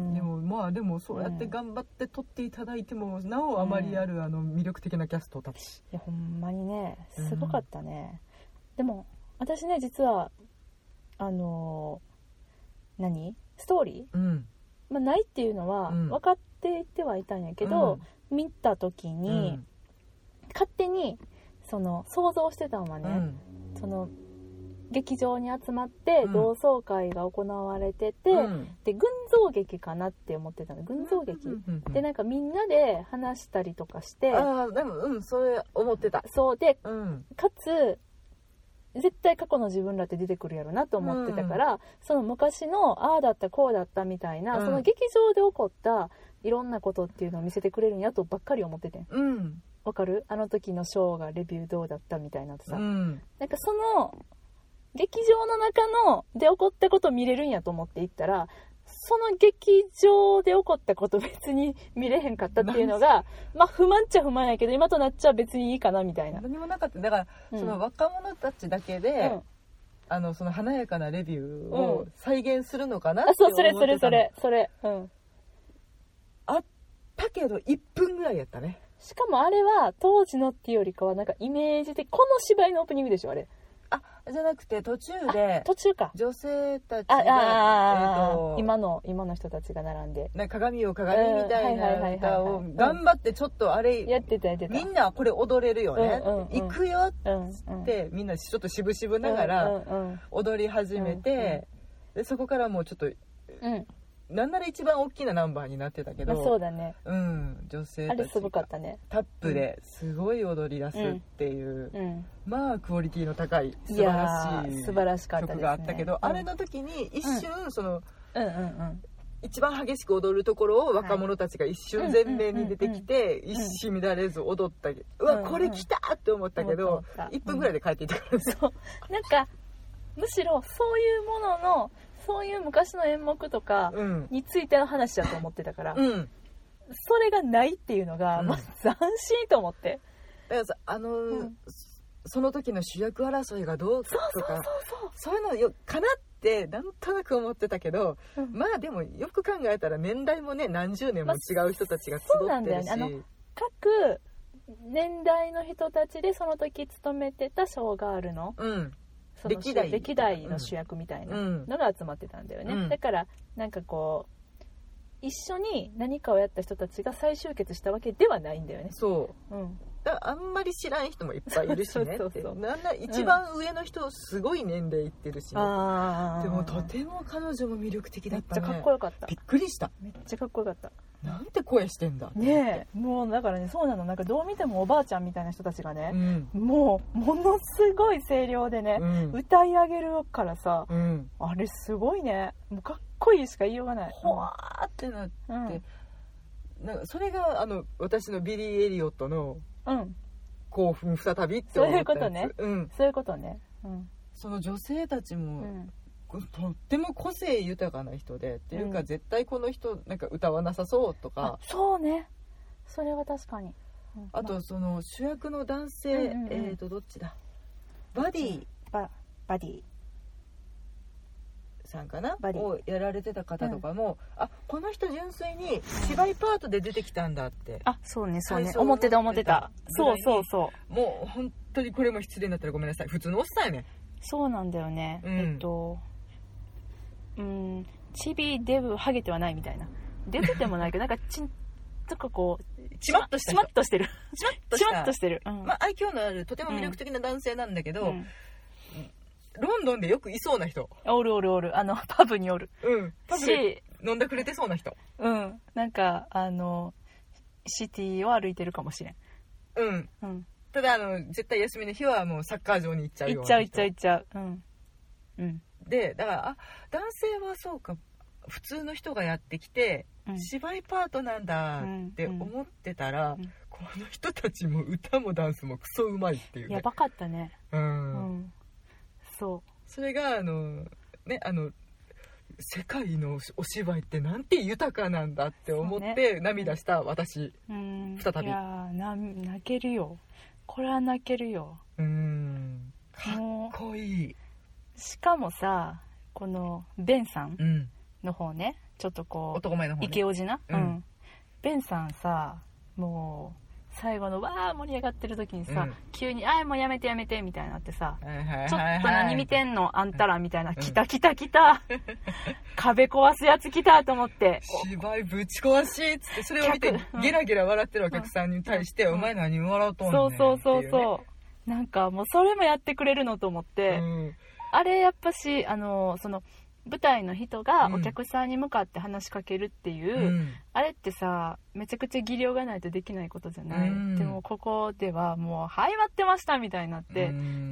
でもまあでもそうやって頑張って撮っていただいても、うん、なおあまりあるあの魅力的なキャストたち、 いやほんまにねすごかったね、うん、でも私ね実はあのー、何ストーリー、うんまあ、ないっていうのは分かっていてはいたんやけど、うん、見た時に、うん、勝手にその想像してたのはね、うん、その劇場に集まって同窓会が行われてて、うん、で群像劇かなって思ってたの。群像劇、うんうんうん、でなんかみんなで話したりとかして、 あでもうんそれ思ってた。 そうで、うん、かつ絶対過去の自分らって出てくるやろなと思ってたから、うん、その昔のああだったこうだったみたいな、うん、その劇場で起こったいろんなことっていうのを見せてくれるんやとばっかり思っててん。うん、わかる？あの時のショーがレビューどうだったみたいなとさ、うん、なんかその劇場の中ので起こったこと見れるんやと思って行ったら、その劇場で起こったこと別に見れへんかったっていうのがまあ不満っちゃ不満やけど今となっちゃ別にいいかなみたいな。 何もなかった。だから、うん、その若者たちだけで、うん、あのその華やかなレビューを再現するのかなって思ってたの、うん、 あそうそれそれそれそれ、うん、 あったけどいっぷんぐらいやったね。 しかもあれは当時のっていうよりかはなんかイメージ的、この芝居のオープニングでしょあれ。 あじゃなくて途中で途中か女性たちが、 あ、えー、と今の今の人たちが並んでなんか鏡を鏡みたいな歌を頑張ってちょっとあれやってたやってた。 みんなこれ踊れるよね、うんうんうん、行くよっつって、うんうん、みんなちょっと渋々ながら踊り始めて、うんうん、でそこからもうちょっと、うんなんなら一番大きなナンバーになってたけど、 まあ、そうだね、 うん、女性たちがあれすごかったね。 タップですごい踊り出すっていう、うんうん、まあクオリティの高い素晴らしい素晴らしかったですね、 曲があったけど、うん、あれの時に一瞬、うん、その、うんうんうん、一番激しく踊るところを若者たちが一瞬前面に出てきて、はい、一糸乱れず踊ったり、うん、うわこれ来たって思ったけど、うんうん、いっぷんぐらいで帰っていったから、 そうなんかむしろそういうもののそういう昔の演目とかについての話だと思ってたから、うん、それがないっていうのが、うん、まあ、斬新と思って。 だからさあのーうん、その時の主役争いがどうかとかそういうのよかなってなんとなく思ってたけど、うん、まあでもよく考えたら年代もね何十年も違う人たちが集ってるし、まあ、そうなんだよね。あの各年代の人たちでその時勤めてたショーガールの、うんその歴代歴代の主役みたいなのが集まってたんだよね、うん、だからなんかこう一緒に何かをやった人たちが再集結したわけではないんだよね。 そう、うん、だあんまり知らん人もいっぱいいるしねってなんな一番上の人、うん、すごい年齢いってるし、ね、あでもとても彼女も魅力的だったね。 めっちゃかっこよかった。 びっくりした。 めっちゃかっこよかった。 なんて声してんだねえ。もうだからねそうなの。なんかどう見てもおばあちゃんみたいな人たちがね、うん、もうものすごい声量でね、うん、歌い上げるからさ、うん、あれすごいね。もうかっこいいしか言いようがない。 ほわーってなって、うん、なんかそれがあの私のビリー・エリオットの興奮再びって思ったやつ。そういうことね、うん、 そういうことね、うん、 その女性たちも、うんとっても個性豊かな人でっていうか、うん、絶対この人なんか歌わなさそうとか。 そうねそれは確かに、 うん、あとその主役の男性、うんうんうん、えーとどっちだバディババディさんかなをやられてた方とかも、うん、あこの人純粋に芝居パートで出てきたんだって。 あそうねそうね思ってた思ってた。そうそうそうもう本当にこれも失礼になったらごめんなさい普通のおっさんやね。 そうなんだよね、うん、えっとうんチビデブハゲてはないみたいな。デブでもないけどなんかちんとかこうチマッとしたチマッとしてるチマッとしたチマッとしてる、うんまあ、愛嬌のあるとても魅力的な男性なんだけど、うん、ロンドンでよくいそうな人。 おるおるおるあのパブにおる。 うんパブで飲んでくれてそうな人。 うんなんかあのシティを歩いてるかもしれん。 うん、うん、 ただあの絶対休みの日はもうサッカー場に行っちゃうような人。 行っちゃう行っちゃう行っちゃう。うんうん。 でだからあ男性はそうか普通の人がやってきて、うん、芝居パートなんだって思ってたら、うんうん、この人たちも歌もダンスもクソうまいっていう、ね、 やばかったね。 うん、 うん、そうそれがあのねあの世界のお芝居ってなんて豊かなんだって思って涙した私、うん、再び。いやな泣けるよ、これは泣けるよ。 うん、かっこいい。 しかもさこのベンさんの方ね、ちょっとこう男前の方ね、 イケオジな、うん、うん、ベンさんさもう最後のわー盛り上がってる時にさ、うん、急にあーもうやめてやめてみたいになってさ、はいはいはいはい、ちょっと何見てんのあんたらみたいな、来た来た来た壁壊すやつ来たと思って、 芝居ぶち壊しっつってそれを見てゲラゲラ笑ってるお客さんに対して、うん、お前何笑うとんねんっていう、ね、 そうそうそうそうなんかもうそれもやってくれるのと思って、うん、あれやっぱしあのその舞台の人がお客さんに向かって話しかけるっていう、うん、あれってさめちゃくちゃ技量がないとできないことじゃない、うん、でもここではもうはい待ってましたみたいになって、うん、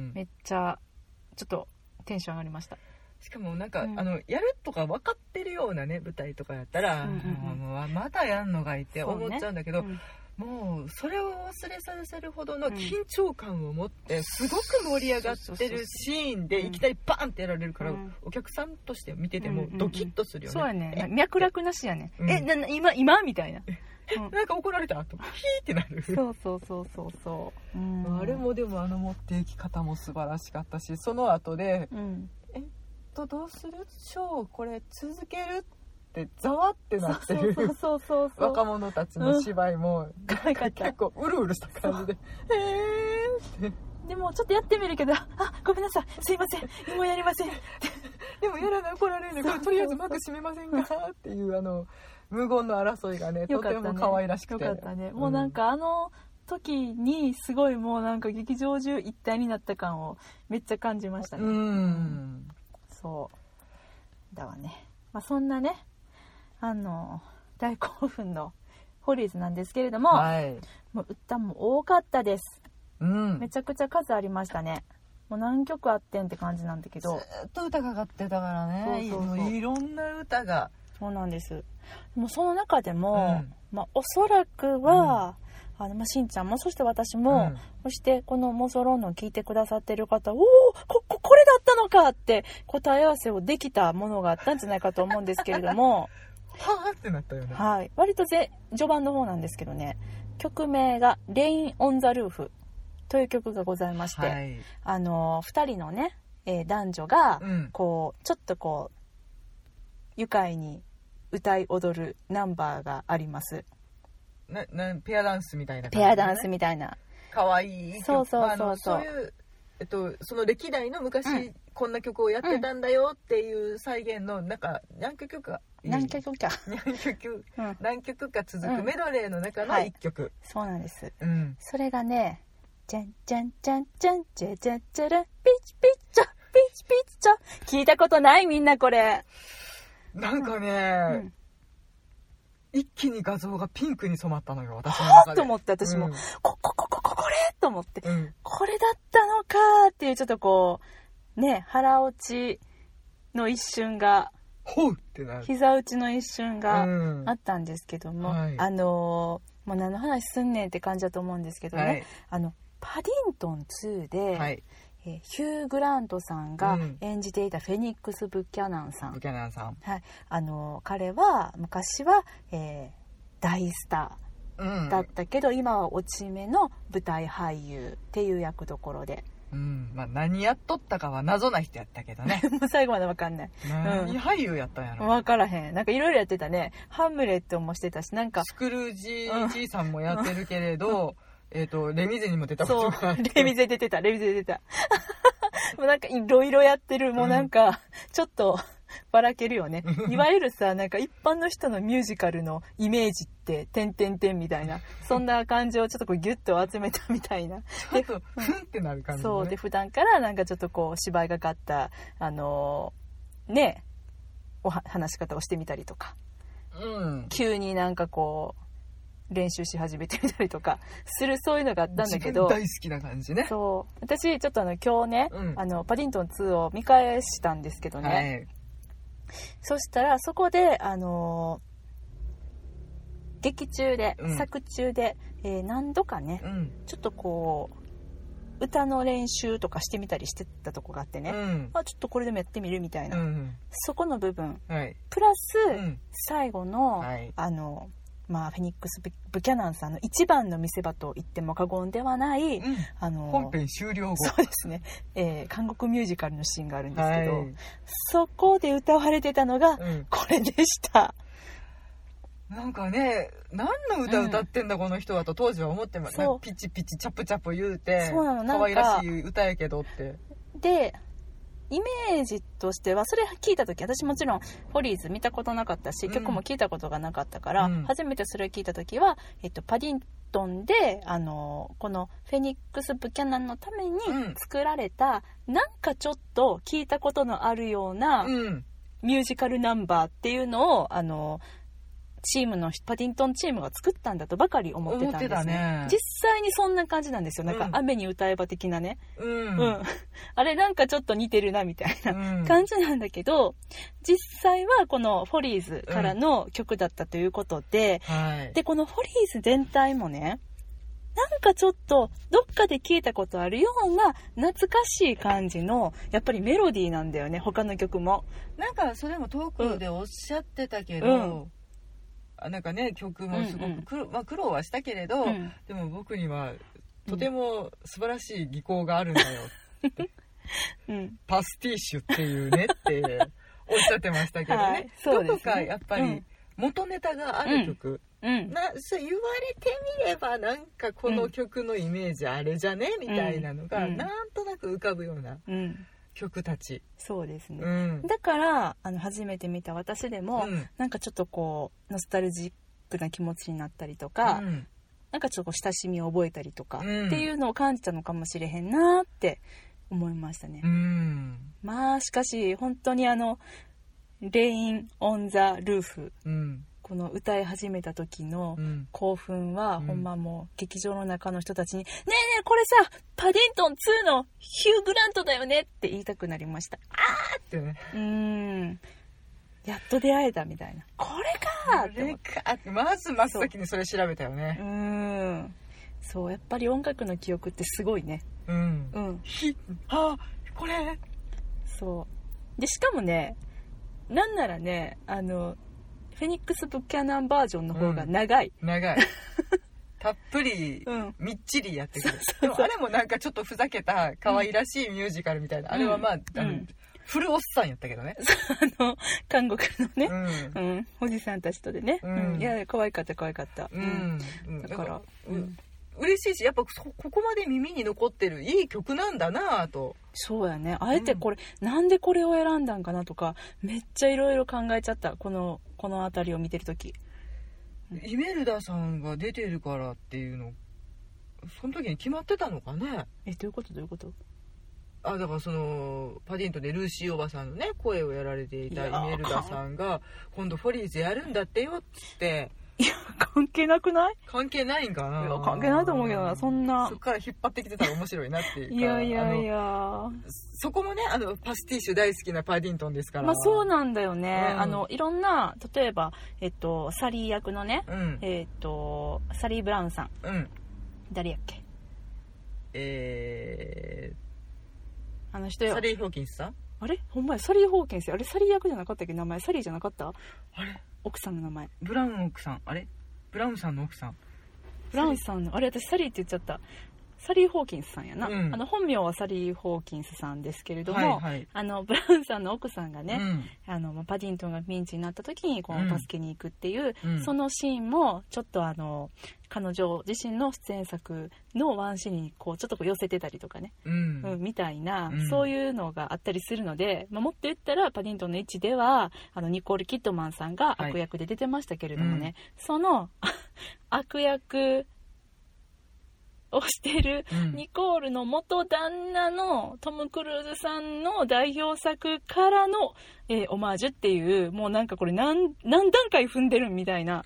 めっちゃちょっとテンション上がりました。 しかもなんか、うん、あのやるとか分かってるようなね舞台とかやったら、うんうんうん、もうまたやんのかいって思っちゃうんだけど、もうそれを忘れさせるほどの緊張感を持ってすごく盛り上がってるシーンでいきなりバーンってやられるから、うん、お客さんとして見ててもドキッとするよね、 うんうんうん、そうやね、脈絡なしやね、うん、えな今今みたいなえ、うん、なんか怒られたとヒーってなる。 そうそうそうそうそう、うん、 あれもでもあの持っていき方も素晴らしかったし、その後で、うん、えっとどうするショーこれ続けるってざわってなってる若者たちの芝居も、うん、結構うるうるした感じでへーってでもちょっとやってみるけどあごめんなさいすいませんもうやりませんでもやらない怒られるのこれとりあえず幕閉めませんかっていうあの無言の争いが ね, ねとても可愛らしくてよかったね、うん、もうなんかあの時にすごいもうなんか劇場中一体になった感をめっちゃ感じましたね。うん、うん、そうだわね。まあそんなねあの大興奮のホリーズなんですけれども、はい、もう歌も多かったです、うん、めちゃくちゃ数ありましたね。もう何曲あってんって感じなんだけどずっと歌かかってたからね。そうそうそういろんな歌がそうなんです。もうその中でも、うんまあ、おそらくは、うん、あのまあ、しんちゃんもそして私も、うん、そしてこの妄想論の聞いてくださってる方おお こ, こ, これだったのかって答え合わせをできたものがあったんじゃないかと思うんですけれどもはぁってなったよね。 はい、割とぜ序盤の方なんですけどね、曲名がレインオンザルーフという曲がございまして、はい、あのふたりのね、えー、男女が、うん、こうちょっとこう愉快に歌い踊るナンバーがあります。 ななペアダンスみたいな感じ、 ね、ペアダンスみたいなかわいい曲。 そうそうそうそう、まあ、 そういう、えっと、その歴代の昔、うん、こんな曲をやってたんだよっていう再現のなんか何曲か何曲か何曲、うん、何曲か続くメドレーの中のいっきょく、うんはい、 そうなんです、うん、それがねじゃんじゃんじゃんじゃんじゃじゃじゃらピチピチャピチピチャ聞いたことないみんなこれなんかね、うん、一気に画像がピンクに染まったのよ私の中で。はぁと思って私も、うん、ここここここれと思って、うん、これだったのかっていうちょっとこうね腹落ちの一瞬がほうってなる膝打ちの一瞬があったんですけども、うんはい、あのー、もう何の話すんねんって感じだと思うんですけどね、はい、あのパディントンツーで、はいえー、ヒュー・グラントさんが演じていたフェニックス・ブッキャナンさん、 ブキャナンさん、 はい、あの彼は昔は、えー、大スターだったけど、うん、今は落ち目の舞台俳優っていう役どころで、 うんまあ、何やっとったかは謎な人やったけどねもう最後まで分かんない。 何俳優やったんやろ、 分からへん。なんかいろいろやってたね。ハムレットもしてたし、なんかスクルージーじいさんもやってるけれどえっとレミゼにも出たことがあって、 レミゼ出てたレミゼ出てたもうなんかいろいろやってる。もうなんかちょっとばらけるよね。いわゆるさなんか一般の人のミュージカルのイメージっててんてんてんみたいなそんな感じをちょっとこうギュッと集めたみたいなでふんってなる感じ、ね、 そうで普段からなんかちょっとこう芝居がかったあのー、ねお話し方をしてみたりとか、うん、急になんかこ練習し始めてみたりとかする、そういうのがあったんだけど、 自分大好きな感じね。 そう私ちょっとあの今日ね、うん、あのパディントンツーを見返したんですけどね、はい、そしたらそこであの劇中で、うん、作中で、えー、何度かね、うん、ちょっとこう歌の練習とかしてみたりしてたとこがあってね、うん、まあ、ちょっとこれでもやってみるみたいな、うん、そこの部分、はい、プラス、うん、最後の、はい、あのまあ、フェニックス・ブキャナンさんの一番の見せ場と言っても過言ではない、うん、あの本編終了後、 そうですね、えー、韓国ミュージカルのシーンがあるんですけど、はい、そこで歌われてたのがこれでした、 うん、なんかね、何の歌歌ってんだ、うん、この人はと当時は思ってます。ピチピチチャプチャプ言うて、そうなの、なんか可愛らしい歌やけどってで、イメージとしてはそれ聞いた時、私もちろんフォリーズ見たことなかったし、うん、曲も聞いたことがなかったから、うん、初めてそれを聞いた時は、えっと、パディントンであのこのフェニックス・ブキャナンのために作られた、うん、なんかちょっと聞いたことのあるような、うん、ミュージカルナンバーっていうのをあのチームのパディントンチームが作ったんだとばかり思ってたんですね。ね、実際にそんな感じなんですよ。なんか雨に歌えば的なね、うん、うん、あれなんかちょっと似てるなみたいな感じなんだけど、うん、実際はこのフォリーズからの曲だったということで、うん、はい、でこのフォリーズ全体もね、なんかちょっとどっかで聞いたことあるような懐かしい感じのやっぱりメロディーなんだよね、他の曲も。 なんかそれもトークでおっしゃってたけど、うん、なんかね、曲もすごく苦労、うんうん、まあ、苦労はしたけれど、うん、でも僕にはとても素晴らしい技巧があるんだよって、うん、パスティッシュっていうねっておっしゃってましたけどね、はい、そうですね、どこかやっぱり元ネタがある曲、うんうん、なそう言われてみればなんかこの曲のイメージあれじゃね、みたいなのがなんとなく浮かぶような、うん、曲たち。 そうですね、うん、だからあの初めて見た私でも、うん、なんかちょっとこうノスタルジックな気持ちになったりとか、うん、なんかちょっとこう親しみを覚えたりとか、うん、っていうのを感じたのかもしれへんなって思いましたね、うん、まあしかし本当にあのレイン・オン・ザ・ルーフ、うん、この歌い始めた時の興奮は、うん、ほんまもう劇場の中の人たちに、ねえねえこれさパディントンツーのヒュー・グラントだよねって言いたくなりました。 あーってね、 うーん、やっと出会えたみたいな、これかーって思って、 これか、まず真っ先にそれ調べたよね。 うーん、そう、やっぱり音楽の記憶ってすごいね。うんうん、 ひあこれそうで、しかもね、なんならね、あのフェニックス・ブキャナンバージョンの方が長い、 うん、長いたっぷり、うん、みっちりやってくる。でもあれもなんかちょっとふざけた可愛らしいミュージカルみたいな、うん、あれはまあ、うん、あのフルおっさんやったけどね、 あの韓国のね、うんうん、おじさんたちとでね、うんうん、いや可愛かった可愛かった、うんうん、だから、 うん、嬉しいし、やっぱここまで耳に残ってるいい曲なんだなと。 そうやね、あえてこれ、うん、なんでこれを選んだんかなとかめっちゃいろいろ考えちゃった、このこの辺りを見てるとき。 イメルダさんが出てるからっていうの、その時に決まってたのかね。 え、どういうことどういうこと？ あ、だからそのパディントンでルーシーおばさんのね声をやられていたイメルダさんが今度フォリーズやるんだってよっつって。 いや関係なくない？ 関係ないんかな。 いや関係ないと思うけどな、そんなそっから引っ張ってきてたら面白いなっていうかいやいやいや、 そこもね、あのパスティッシュ大好きなパディントンですから。 まあそうなんだよね、うん、あのいろんな、例えば、えっと、サリー役のね、うん、えっとサリー・ブラウンさん、うん、誰やっけ、 えー、あの人よ、 サリー・ホーキンスさん。 あれほんまや、サリー・ホーキンス、あれサリー役じゃなかったっけ、名前サリーじゃなかった？ あれ奥さんの名前、 ブラウン奥さん、あれブラウンさんの奥さん、 ブラウンさんの、あれ私サリーって言っちゃった、サリー・ホーキンスさんやな、うん、あの本名はサリー・ホーキンスさんですけれども、はいはい、あのブラウンさんの奥さんがね、うん、あのパディントンがピンチになった時にこう助けに行くっていう、うん、そのシーンもちょっとあの彼女自身の出演作のワンシーンにこうちょっとこう寄せてたりとかね、うんうん、みたいな、うん、そういうのがあったりするので、まあ、もっと言ったらパディントンの位置ではあのニコール・キッドマンさんが悪役で出てましたけれどもね、はい、うん、その悪役をしてるニコールの元旦那のトム・クルーズさんの代表作からの、えー、オマージュっていう、もうなんかこれ 何, 何段階踏んでるみたいな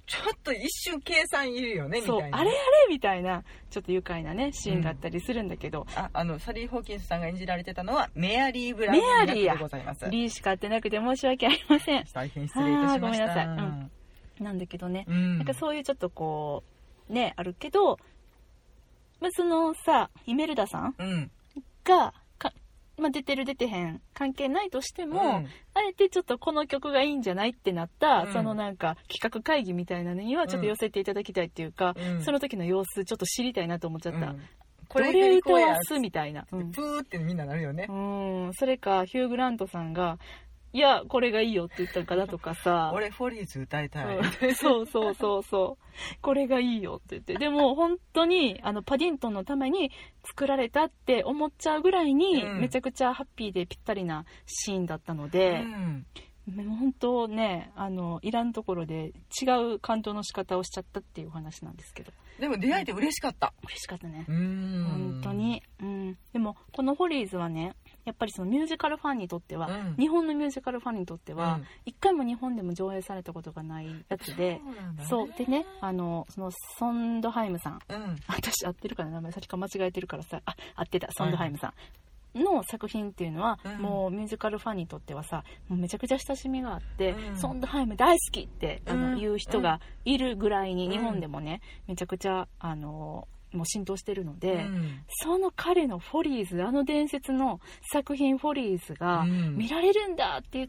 ちょっと一瞬計算いるよねみたいな、 そうあれあれみたいなちょっと愉快なねシーンがあったりするんだけど、 うん、ああのサリー・ホーキンスさんが演じられてたのはメアリー・ブラウン役でございます。 リーしか合ってなくて申し訳ありません。 大変失礼いたしました。 ごめんなさい、うん、なんだけどね、 うん、 なんかそういうちょっとこうねあるけど、まあ、そのさイメルダさんが、うんまあ、出てる出てへん関係ないとしても、うん、あえてちょっとこの曲がいいんじゃないってなった、うん、そのなんか企画会議みたいなのにはちょっと寄せていただきたいっていうか、うん、その時の様子ちょっと知りたいなと思っちゃった、うん、これどれ歌わすみたいな、 うん、プーってみんななるよね。 うんそれかヒュー・グラントさんがいやこれがいいよって言ったからとかさ俺フォリーズ歌いたい、 うん、そうそうそうそうこれがいいよって言ってでも本当にあのパディントンのために作られたって思っちゃうぐらいに、うん、めちゃくちゃハッピーでぴったりなシーンだったので、うん本当ねあのいらんところで違う感動の仕方をしちゃったっていうお話なんですけど、 でも出会えて嬉しかった、 うん、嬉しかったねうん本当に、うん、でもこのホリーズはねやっぱりそのミュージカルファンにとっては、うん、日本のミュージカルファンにとっては、うん、一回も日本でも上映されたことがないやつで、そうでねあのそのソンドハイムさん、うん、私合ってるかな名前さっきから間違えてるからさあ合ってたソンドハイムさん、うんの作品っていうのは、うん、もうミュージカルファンにとってはさもうめちゃくちゃ親しみがあって、うん、ソンドハイム大好きってあの、うん、言う人がいるぐらいに、うん、日本でもねめちゃくちゃあのもう浸透してるので、うん、その彼のフォリーズあの伝説の作品フォリーズが見られるんだって言って、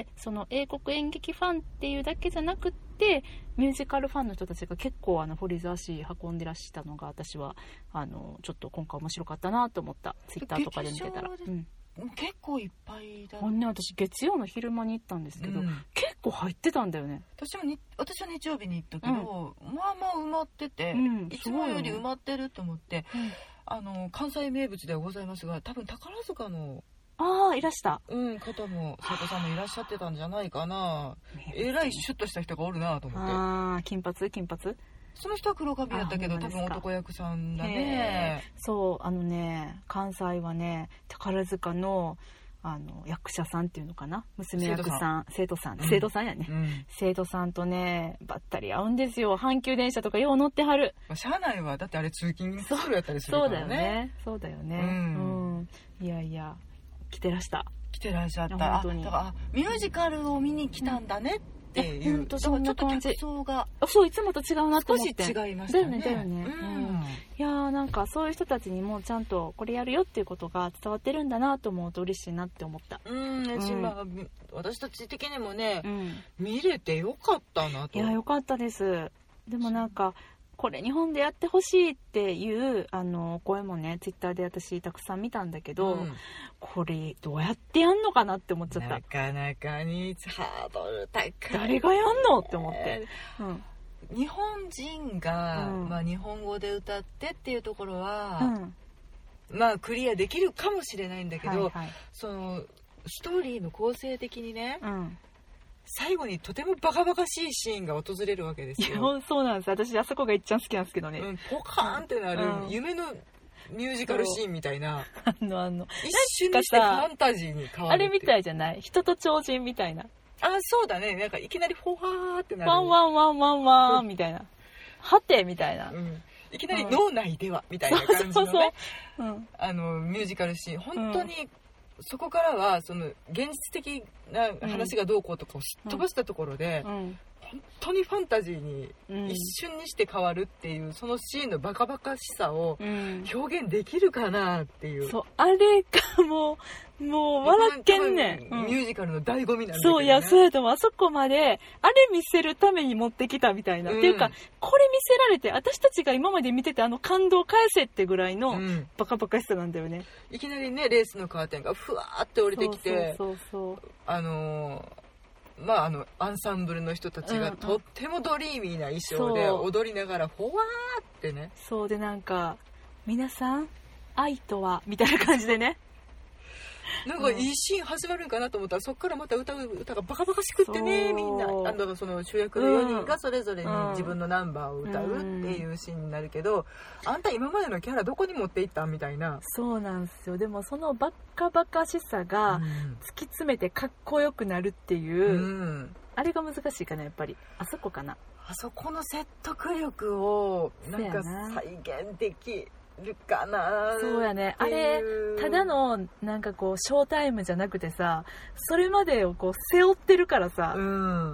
うん、その英国演劇ファンっていうだけじゃなくってミュージカルファンの人たちが結構あのフォリーズ足運んでらしたのが私はあのちょっと今回面白かったなと思ったツイッターとかで見てたら、うん、 結構いっぱいだ、 ね、私月曜の昼間に行ったんですけど、うん、結構入ってたんだよね。 私もに私は日曜日に行ったけど、うん、まあまあ埋まってて、うん、いつもより埋まってると思って、うん、あの関西名物ではございますが多分宝塚のああいらした、 うん、方も生徒さんもいらっしゃってたんじゃないかな。えらいシュッとした人がおるなと思って。 ああ金髪金髪その人は黒髪だったけど多分男役さんだね。 そうあのね関西はね宝塚のあの役者さんっていうのかな娘役さん生徒さん生徒さんやね、うん、生徒さんとねばったり会うんですよ。阪急電車とかよう乗ってはる。 車内はだってあれ通勤スクールやったりするからね。 そうだよねそうだよね、うんうん、いやいや来てらした来てらっしゃった。本当にだからミュージカルを見に来たんだねっていう、うん、 ちょっと客層がそういつもと違うなと思って少し違いましたね。 だよねだよね、うん、いやーなんかそういう人たちにもちゃんとこれやるよっていうことが伝わってるんだなと思うと嬉しいなって思った。 うん、うん、まあ、私たち的にもね、うん、見れてよかったなと。 いやよかったです。でもなんかこれ日本でやってほしいっていうあの声もねツイッターで私たくさん見たんだけど、うん、これどうやってやんのかなって思っちゃった。 なかなかにハードル高い。 誰がやんのって思って、 うん、日本人が、うんまあ、日本語で歌ってっていうところは、うん、まあクリアできるかもしれないんだけど、はいはい、そのストーリーの構成的にね、うん最後にとてもバカバカしいシーンが訪れるわけですよ。 いやそうなんです。私あそこが一番好きなんですけどね、 うん、ポカーンってなる、うん、夢のミュージカルシーンみたいな、 あのあの一瞬にしてファンタジーに変わる。 あれみたいじゃない？人と超人みたいな。 あそうだね。なんかいきなりフォワーってなるワンワンワンワンワンみたいなはてみたいな、うん、 いきなり脳内ではみたいな感じのね、そうそうそう、うん、あのミュージカルシーン本当に、うんそこからはその現実的な話がどうこうとかをすっ飛ばしたところで、うんうん、本当にファンタジーに一瞬にして変わるっていう、うん、そのシーンのバカバカしさを表現できるかなっていう、うん、 そうあれがもうもう笑っけんねん、 うん、ミュージカルの醍醐味なんだけどね。 そういやそうやともあそこまであれ見せるために持ってきたみたいな、うん、っていうかこれ見せられて私たちが今まで見ててあの感動返せってぐらいのバカバカしさなんだよね、 うん、いきなりねレースのカーテンがふわーって降りてきてそうそうそうそうあのー、まああのアンサンブルの人たちがとってもドリーミーな衣装で踊りながらふわーってねそうでなんか皆さん愛とはみたいな感じでねなんかいいシーン始まるんかなと思ったら、うん、そっからまた歌う歌がバカバカしくってねみんなあのその主役のよにんがそれぞれに自分のナンバーを歌うっていうシーンになるけど、うん、あんた今までのキャラどこに持っていったんみたいな。 そうなんですよ。でもそのバカバカしさが突き詰めてかっこよくなるっていう、うん、あれが難しいかなやっぱりあそこかな。 あそこの説得力をなんか再現できるかな。 そうやね。あれただのなんかこうショータイムじゃなくてさ、それまでをこう背負ってるからさ、 うん、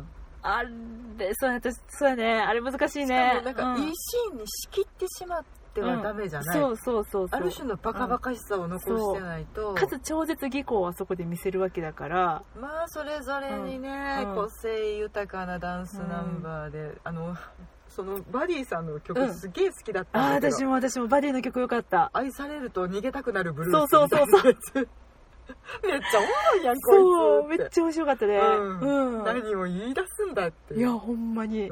あれそうやそうやね。あれ難しいね。 しかもなんかいいシーンに仕切ってしまってはダメじゃない、 うん、そうそうそうそう、 ある種のバカバカしさを残してないと、 うん、かつ超絶技巧をあそこで見せるわけだから、 まあそれぞれにね、うん、個性豊かなダンスナンバーで、うん、あのそのバディさんの曲すげえ好きだったんだけど、 うん、あ私も私もバディの曲よかった。 愛されると逃げたくなるブルースそうそうそうそうめっちゃおもろいやんこいつそうめっちゃ面白かったね、 うんうん、何を言い出すんだって。 いやほんまに、 うん、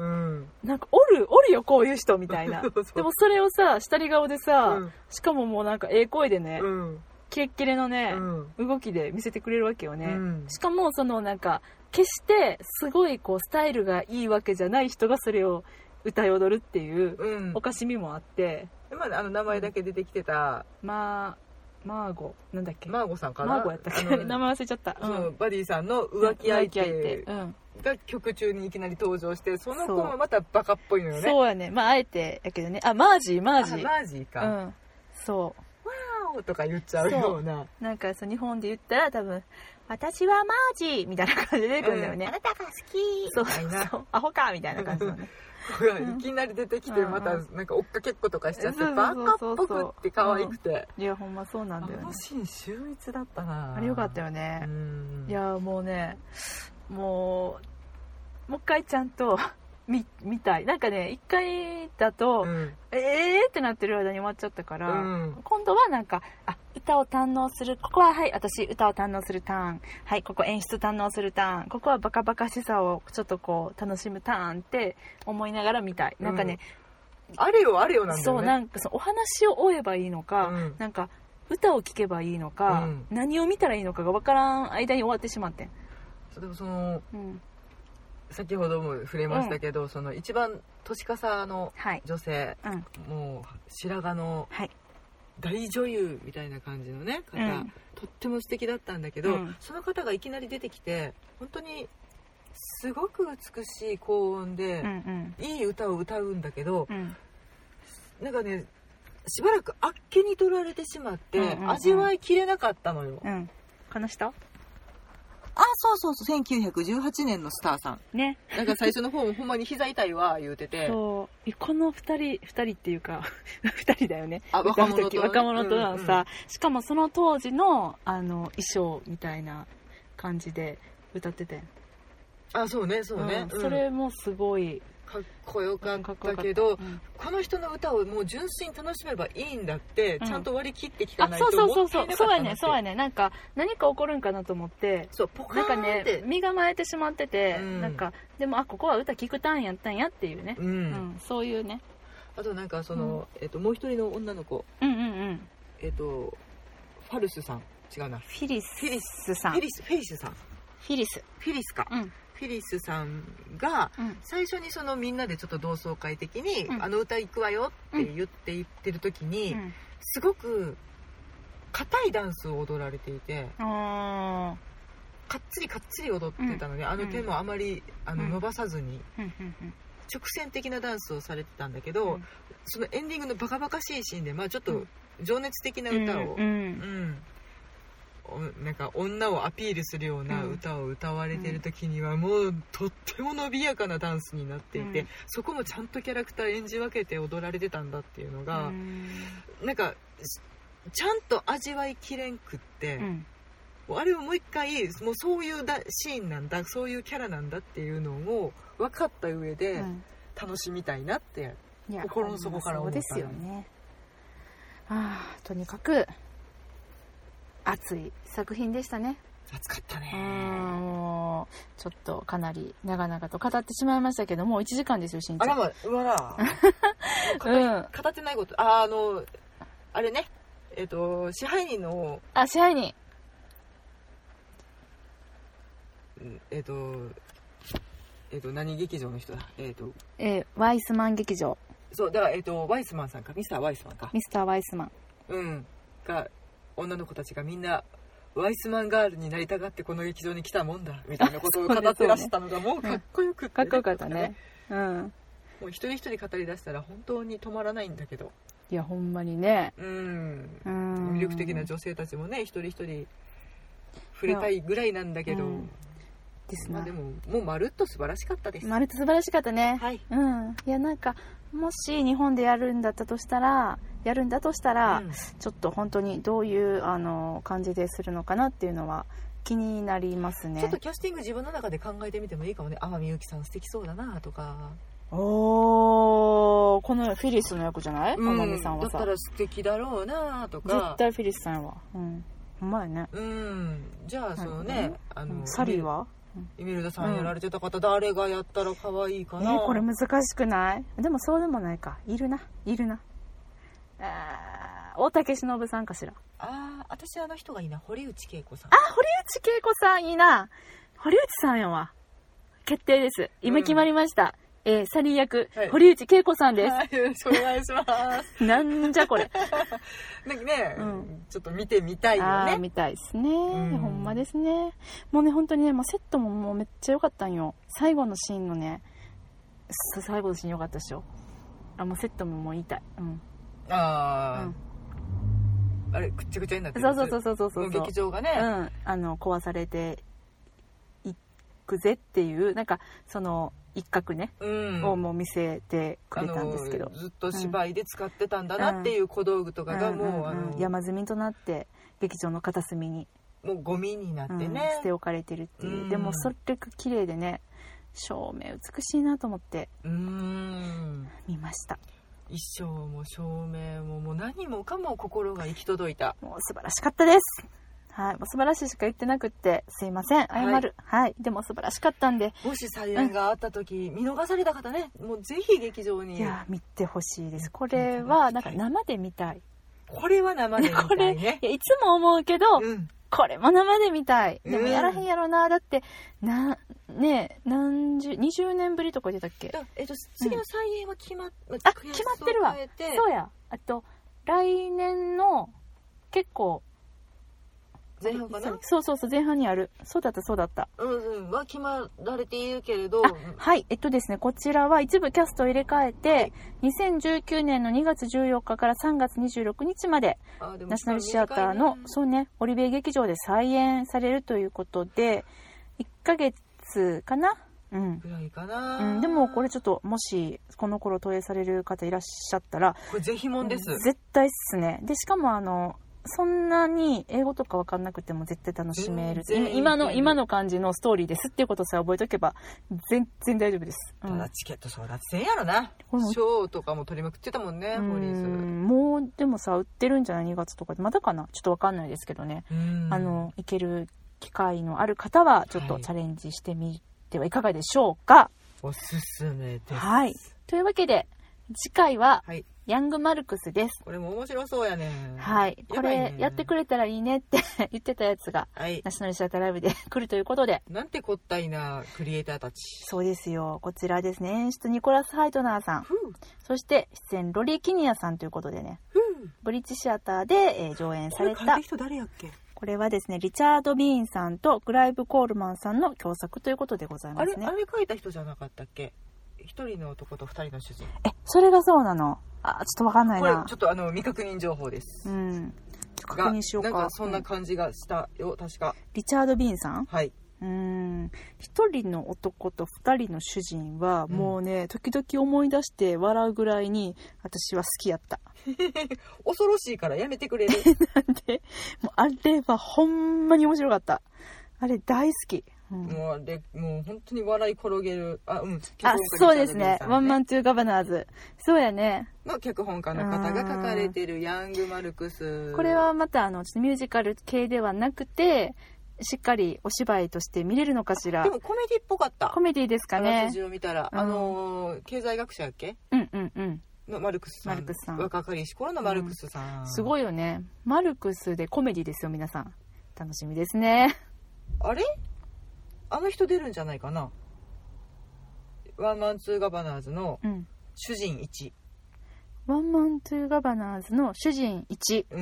なんかおるおるよこういう人みたいなそうそうでもそれをさ下り顔でさ、うん、しかももうなんかええ声でね、うん、キレッキレのね、うん、動きで見せてくれるわけよね、うん、しかもそのなんか決してすごいこうスタイルがいいわけじゃない人がそれを歌い踊るっていうおかしみもあって、 うん、まあ、あの名前だけ出てきてた、 うん、まあマーゴなんだっけ、 マーゴさんかな、 マーゴやったっけ名前忘れちゃった、 うん、そのバディさんの浮気相手が曲中にいきなり登場して、その子もまたバカっぽいのよね。 そうやね、まああえてやけどね、あマージーマージーマージーか、 うん、そうワーオとか言っちゃうような、 なんかそう日本で言ったら多分私はマージーみたいな感じで出てくるんだよね、うん、あなたが好きそうそうそうアホかみたいな感じのねいきなり出てきて、またなんか追っかけっことかしちゃって、バカっぽくって可愛くて、 いやほんまそうなんだよね。 あのシーン秀逸だったな。 あれよかったよね。いやもうね、もうもう一回ちゃんと見, 見たい。なんかね一回だと、うん、えーってなってる間に終わっちゃったから、うん、今度はなんかあ歌を堪能する、ここははい私歌を堪能するターン、はいここ演出堪能するターン、ここはバカバカしさをちょっとこう楽しむターンって思いながら見たい。なんかね、 うん、あれよあれよなんだよね。 そうなんかそのお話を追えばいいのか、うん、なんか歌を聴けばいいのか、うん、何を見たらいいのかが分からん間に終わってしまってん。 でもその、うん、先ほども触れましたけど、うん、その一番年かさの女性、はいうん、もう白髪の、はい大女優みたいな感じのね方、うん、とっても素敵だったんだけど、うん、その方がいきなり出てきて本当にすごく美しい高音で、うんうん、いい歌を歌うんだけど、うん、なんかねしばらくあっけに取られてしまって、うんうんうん、味わいきれなかったのよ、 うん、この人あ、そうそうそう、せんきゅうひゃくじゅうはちねんのスターさん。 ね。 なんか最初の方もほんまに膝痛いわ、言うてて。 そう。この二人、二人っていうか、二人だよね。 あ、若者と、ね。 若者とのさ、うんうん、しかもその当時の、あの、衣装みたいな感じで歌ってて。 あ、そうね、そうね。 うん、それもすごい。 かっこよかったけど、うん、この人の歌をもう純粋に楽しめばいいんだって、うん、ちゃんと割り切って聞かないともったいなかったなって。あ、そうそうそうそうそうやねそうやねなんか何か起こるんかなと思って、 そうポカーンってなんかね身構えてしまってて、うん、なんかでもあここは歌聞くターンやったんやっていうね、うんうん、そういうね。 あとなんかその、うん、えっともう一人の女の子、 うんうんうんえっとファルスさん違うなフィリスフィリスさんフィリスフィリスさんフィリスフィリスか、うんフィリスさんが最初にそのみんなでちょっと同窓会的に、うん、あの歌行くわよって言って言ってる時に、うん、すごく硬いダンスを踊られていて、うん、かっつりかっつり踊ってたので、うん、あの手もあまりあの伸ばさずに、うん、直線的なダンスをされてたんだけど、うん、そのエンディングのバカバカしいシーンで、まあ、ちょっと情熱的な歌を、うんうんなんか女をアピールするような歌を歌われてる時にはもうとっても伸びやかなダンスになっていて、うん、そこもちゃんとキャラクター演じ分けて踊られてたんだっていうのが、うん、なんかちゃんと味わいきれんくって、うん、あれをもう一回もうそういうだシーンなんだそういうキャラなんだっていうのを分かった上で楽しみたいなって、うん、心の底から思った。 そうですよね。ああとにかく熱い作品でしたね。 熱かったね。 うんもうちょっとかなり長々と語ってしまいましたけどもういちじかんですよしんちゃん。 あらまうわら語, うん、語ってないことああのあれねえっ、ー、と支配人のあ支配人えっ、ー、とえっ、ー、と何劇場の人だえっ、とえー、ワイスマン劇場そうだからえっ、とワイスマンさんかミスターワイスマンかミスターワイスマンうんが女の子たちがみんなワイスマンガールになりたがってこの劇場に来たもんだみたいなことを語ってらしたのがもうかっこよくって、ね、 かっこよかったね、うん、 もう一人一人語り出したら本当に止まらないんだけど、 いやほんまにね、 うんうん魅力的な女性たちもね一人一人触れたいぐらいなんだけど、うんですね、 まあ、でももうまるっと素晴らしかったです。 まるっと素晴らしかったね、 はい、 うん、いやなんかもし日本でやるんだったとしたらやるんだとしたら、うん、ちょっと本当にどういうあの感じでするのかなっていうのは気になりますね。 ちょっとキャスティング自分の中で考えてみてもいいかもね。天海祐希さん素敵そうだなとか。 おー、このフィリスの役じゃない？天海さんはさ。 だったら素敵だろうなとか。 絶対フィリスさんやわ。うん。ほんまやね。 うん。じゃあそのね、うん、あのサリーは？ イメルダさんやられてた方、うん、誰がやったら可愛いかな。 えー、これ難しくない？でもそうでもないか。いるな、いるな。あ大竹しのぶさんかしら。 ああ、私あの人がいいな。堀内恵子さん。 あ、堀内恵子さんいいな。堀内さんやわ。決定です。今決まりました。うん、えー、サリー役、はい、堀内恵子さんです。 はい、よろしくお願いします。 なんじゃこれ。 なんかね、うん、ちょっと見てみたいよね。 見たいですね、うん。ほんまですね。もうね、本当にね、もうセットももうめっちゃ良かったんよ。最後のシーンのね、最後のシーン良かったでしょ。あ、もうセットももう言いたい。うん。 ああ。うんあれくっちゃくちゃになってる。 そうそうそうそうそう劇場がね、 うん、あの壊されていくぜっていうなんかその一角ね、うん、をもう見せてくれたんですけど、 ずっと芝居で使ってたんだなっていう小道具とかがもう、うんうんうん、 あの山積みとなって劇場の片隅にもうゴミになってね、うん、 捨て置かれてるっていう、うん、でもそれが綺麗でね照明美しいなと思ってうん見ました。 衣装も照明ももう何もかも心が行き届いた。 もう素晴らしかったです。はい、もう素晴らしいしか言ってなくってすいません謝る、はい、はい、でも素晴らしかったんで、 もし再演があった時、うん、見逃された方ねもうぜひ劇場にいや見てほしいです。これはなんか生で見たい。 これは生で見たいね。これいやいつも思うけど、うんこれも生で見たい。でもやらへんやろな、うん、だってなねえ何十にじゅうねんぶりとか言ってたっけ。 えっと次の再演は決まっ、 うん、あ決まってるわ。そうや。あと来年の結構前半かな。 そうそうそう前半にある。そうだったそうだった。 うんうんは決まられているけれど。 はいえっとですねこちらは一部キャストを入れ替えて、はい、にせんじゅうきゅうねんのにがつじゅうよっかからさんがつにじゅうろくにちまでナショナルシアターのそうねオリビエ劇場で再演されるということでいっかげつかな。うんぐらいかな、 うん、でもこれちょっともしこの頃投影される方いらっしゃったらこれぜひもんです、 うん、絶対っすね。でしかもあのそんなに英語とか分かんなくても絶対楽しめる。今の今の感じのストーリーですっていうことさえ覚えとけば全然大丈夫です、 うん、ただチケット争奪戦やろな。ショーとかも取りまくってたもんね。 ホリーズもうでもさ売ってるんじゃないにがつとかでまだかなちょっと分かんないですけどね。あの行ける機会のある方はちょっとチャレンジしてみてはいかがでしょうか、はい、おすすめです。 はいというわけで次回は、はいヤングマルクスです。 これも面白そうやね。 はい。これやってくれたらいいねって言ってたやつが、はい、ナショナルシアターライブで来るということで。 なんてこったいなクリエイターたち。 そうですよ。こちらですね。演出ニコラス・ハイトナーさん。そして出演ロリー・キニアさんということでね。ブリッジシアターで、えー、上演された。 これ書いた人誰やっけ？ これはですね、リチャード・ビーンさんとグライブ・コールマンさんの共作ということでございますね。 あれ、あれ書いた人じゃなかったっけ？一人の男と二人の主人。 え、それがそうなの？あ、ちょっとわかんないな。 これちょっとあの未確認情報です。 うん。確認しようか。 なんかそんな感じがしたよ、うん、確か。 リチャード・ビーンさん？ はい。 うーん。一人の男と二人の主人はもうね、うん、時々思い出して笑うぐらいに私は好きやった。 恐ろしいからやめてくれる。 なんで？もうあれはほんまに面白かった。あれ大好き。うん、 もうあれもう本当に笑い転げるあうんあそうですねワンマンツーガバナーズそうやねの脚本家の方が書かれてるヤングマルクス。 これはまたあのミュージカル系ではなくてしっかりお芝居として見れるのかしら。 でもコメディっぽかった。 コメディですかね。 あらすじを見たら、うん、あのー、経済学者やっけうんうんうんのマルクスさん。 マルクスさん若かりし頃のマルクスさん、 うん、すごいよね。マルクスでコメディですよ皆さん。楽しみですね。 あれあの人出るんじゃないかな。ワンマンツーガバナーズの主人いち、 うん、ワンマンツーガバナーズの主人いち、 うん、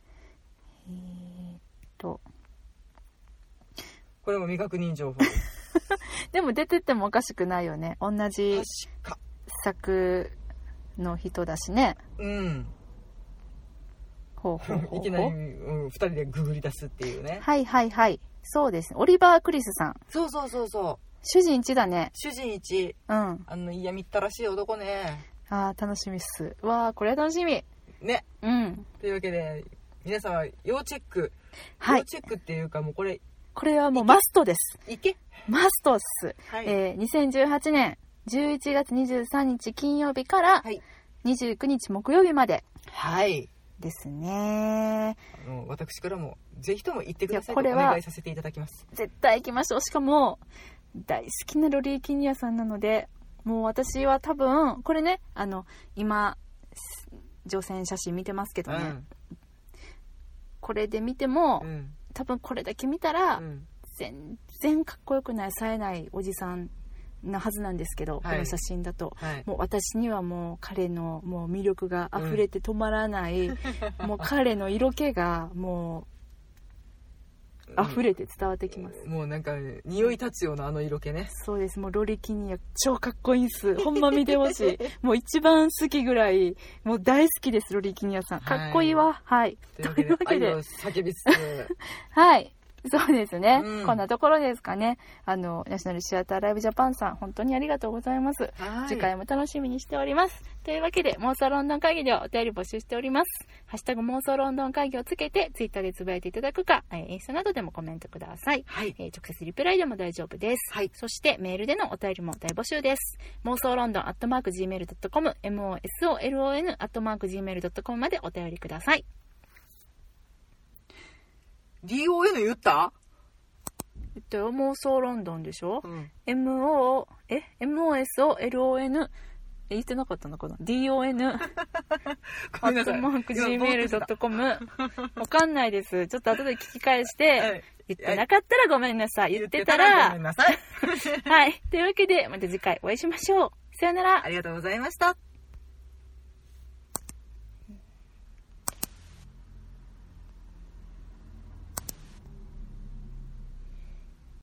えーっとこれも未確認情報です。 でも出てってもおかしくないよね。同じ作の人だしね。 うん。 ほうほうほうほう。 いきなり、うん、ふたりでググり出すっていうね。 はいはいはい。そうですね。オリバー・クリスさん。 そうそうそうそう。 主人一だね。 主人一。 うん。 あの嫌みったらしい男ね。 あー楽しみっす。わーこれは楽しみ。 ね。 うん。 というわけで皆様要チェック。 はい。 要チェックっていうかもうこれ。 これはもうマストです。 いけ。 マストっす。 はい。 えー、にせんじゅうはちねんじゅういちがつにじゅうさんにち金曜日からにじゅうくにち木曜日まで。 はい。 ですね。 あの私からもぜひとも行ってくださいとお願いさせていただきます。 絶対行きましょう。しかも大好きなロリー・キニアさんなので、もう私は多分これね、あの今女性写真見てますけどね、うん、これで見ても、うん、多分これだけ見たら、うん、全然かっこよくない冴えないおじさんなはずなんですけど、はい、この写真だと、はい、もう私にはもう彼のもう魅力が溢れて止まらない、うん、もう彼の色気がもう溢れて伝わってきます、 うん、もうなんか匂い立つようなあの色気ね。 そうです。もうロリキニア超かっこいいんす。ほんま見てほしい。もう一番好きぐらいもう大好きです。ロリキニアさんかっこいいわ。はい、 はい、というわけで愛を叫びつつはいそうですね、 うん、 こんなところですかね。あのナショナルシアターライブジャパンさん本当にありがとうございます。次回も楽しみにしております。というわけで妄想ロンドン会議ではお便り募集しております。ハッシュタグ妄想ロンドン会議をつけてツイッターでつぶやいていただくか、インスタなどでもコメントください、 はい、 えー、直接リプライでも大丈夫です、 はい、 そしてメールでのお便りも大募集です。妄想ロンドンアットマーク ジーメールドットコム モーソロン アットマーク ジーメールドットコム までお便りください。 ディーオーエヌ 言った？ えっと、妄想ロンドンでしょ、 うん、 エムオー、え エムオーエスオーエルオーエヌ え言ってなかったのかな ディーオーエヌ アットマーク ジーメールドットコム わかんないです。ちょっと後で聞き返して、はい、言ってなかったらごめんなさい。言ってたらごめんなさいはい。というわけでまた次回お会いしましょう。さよなら。 ありがとうございました。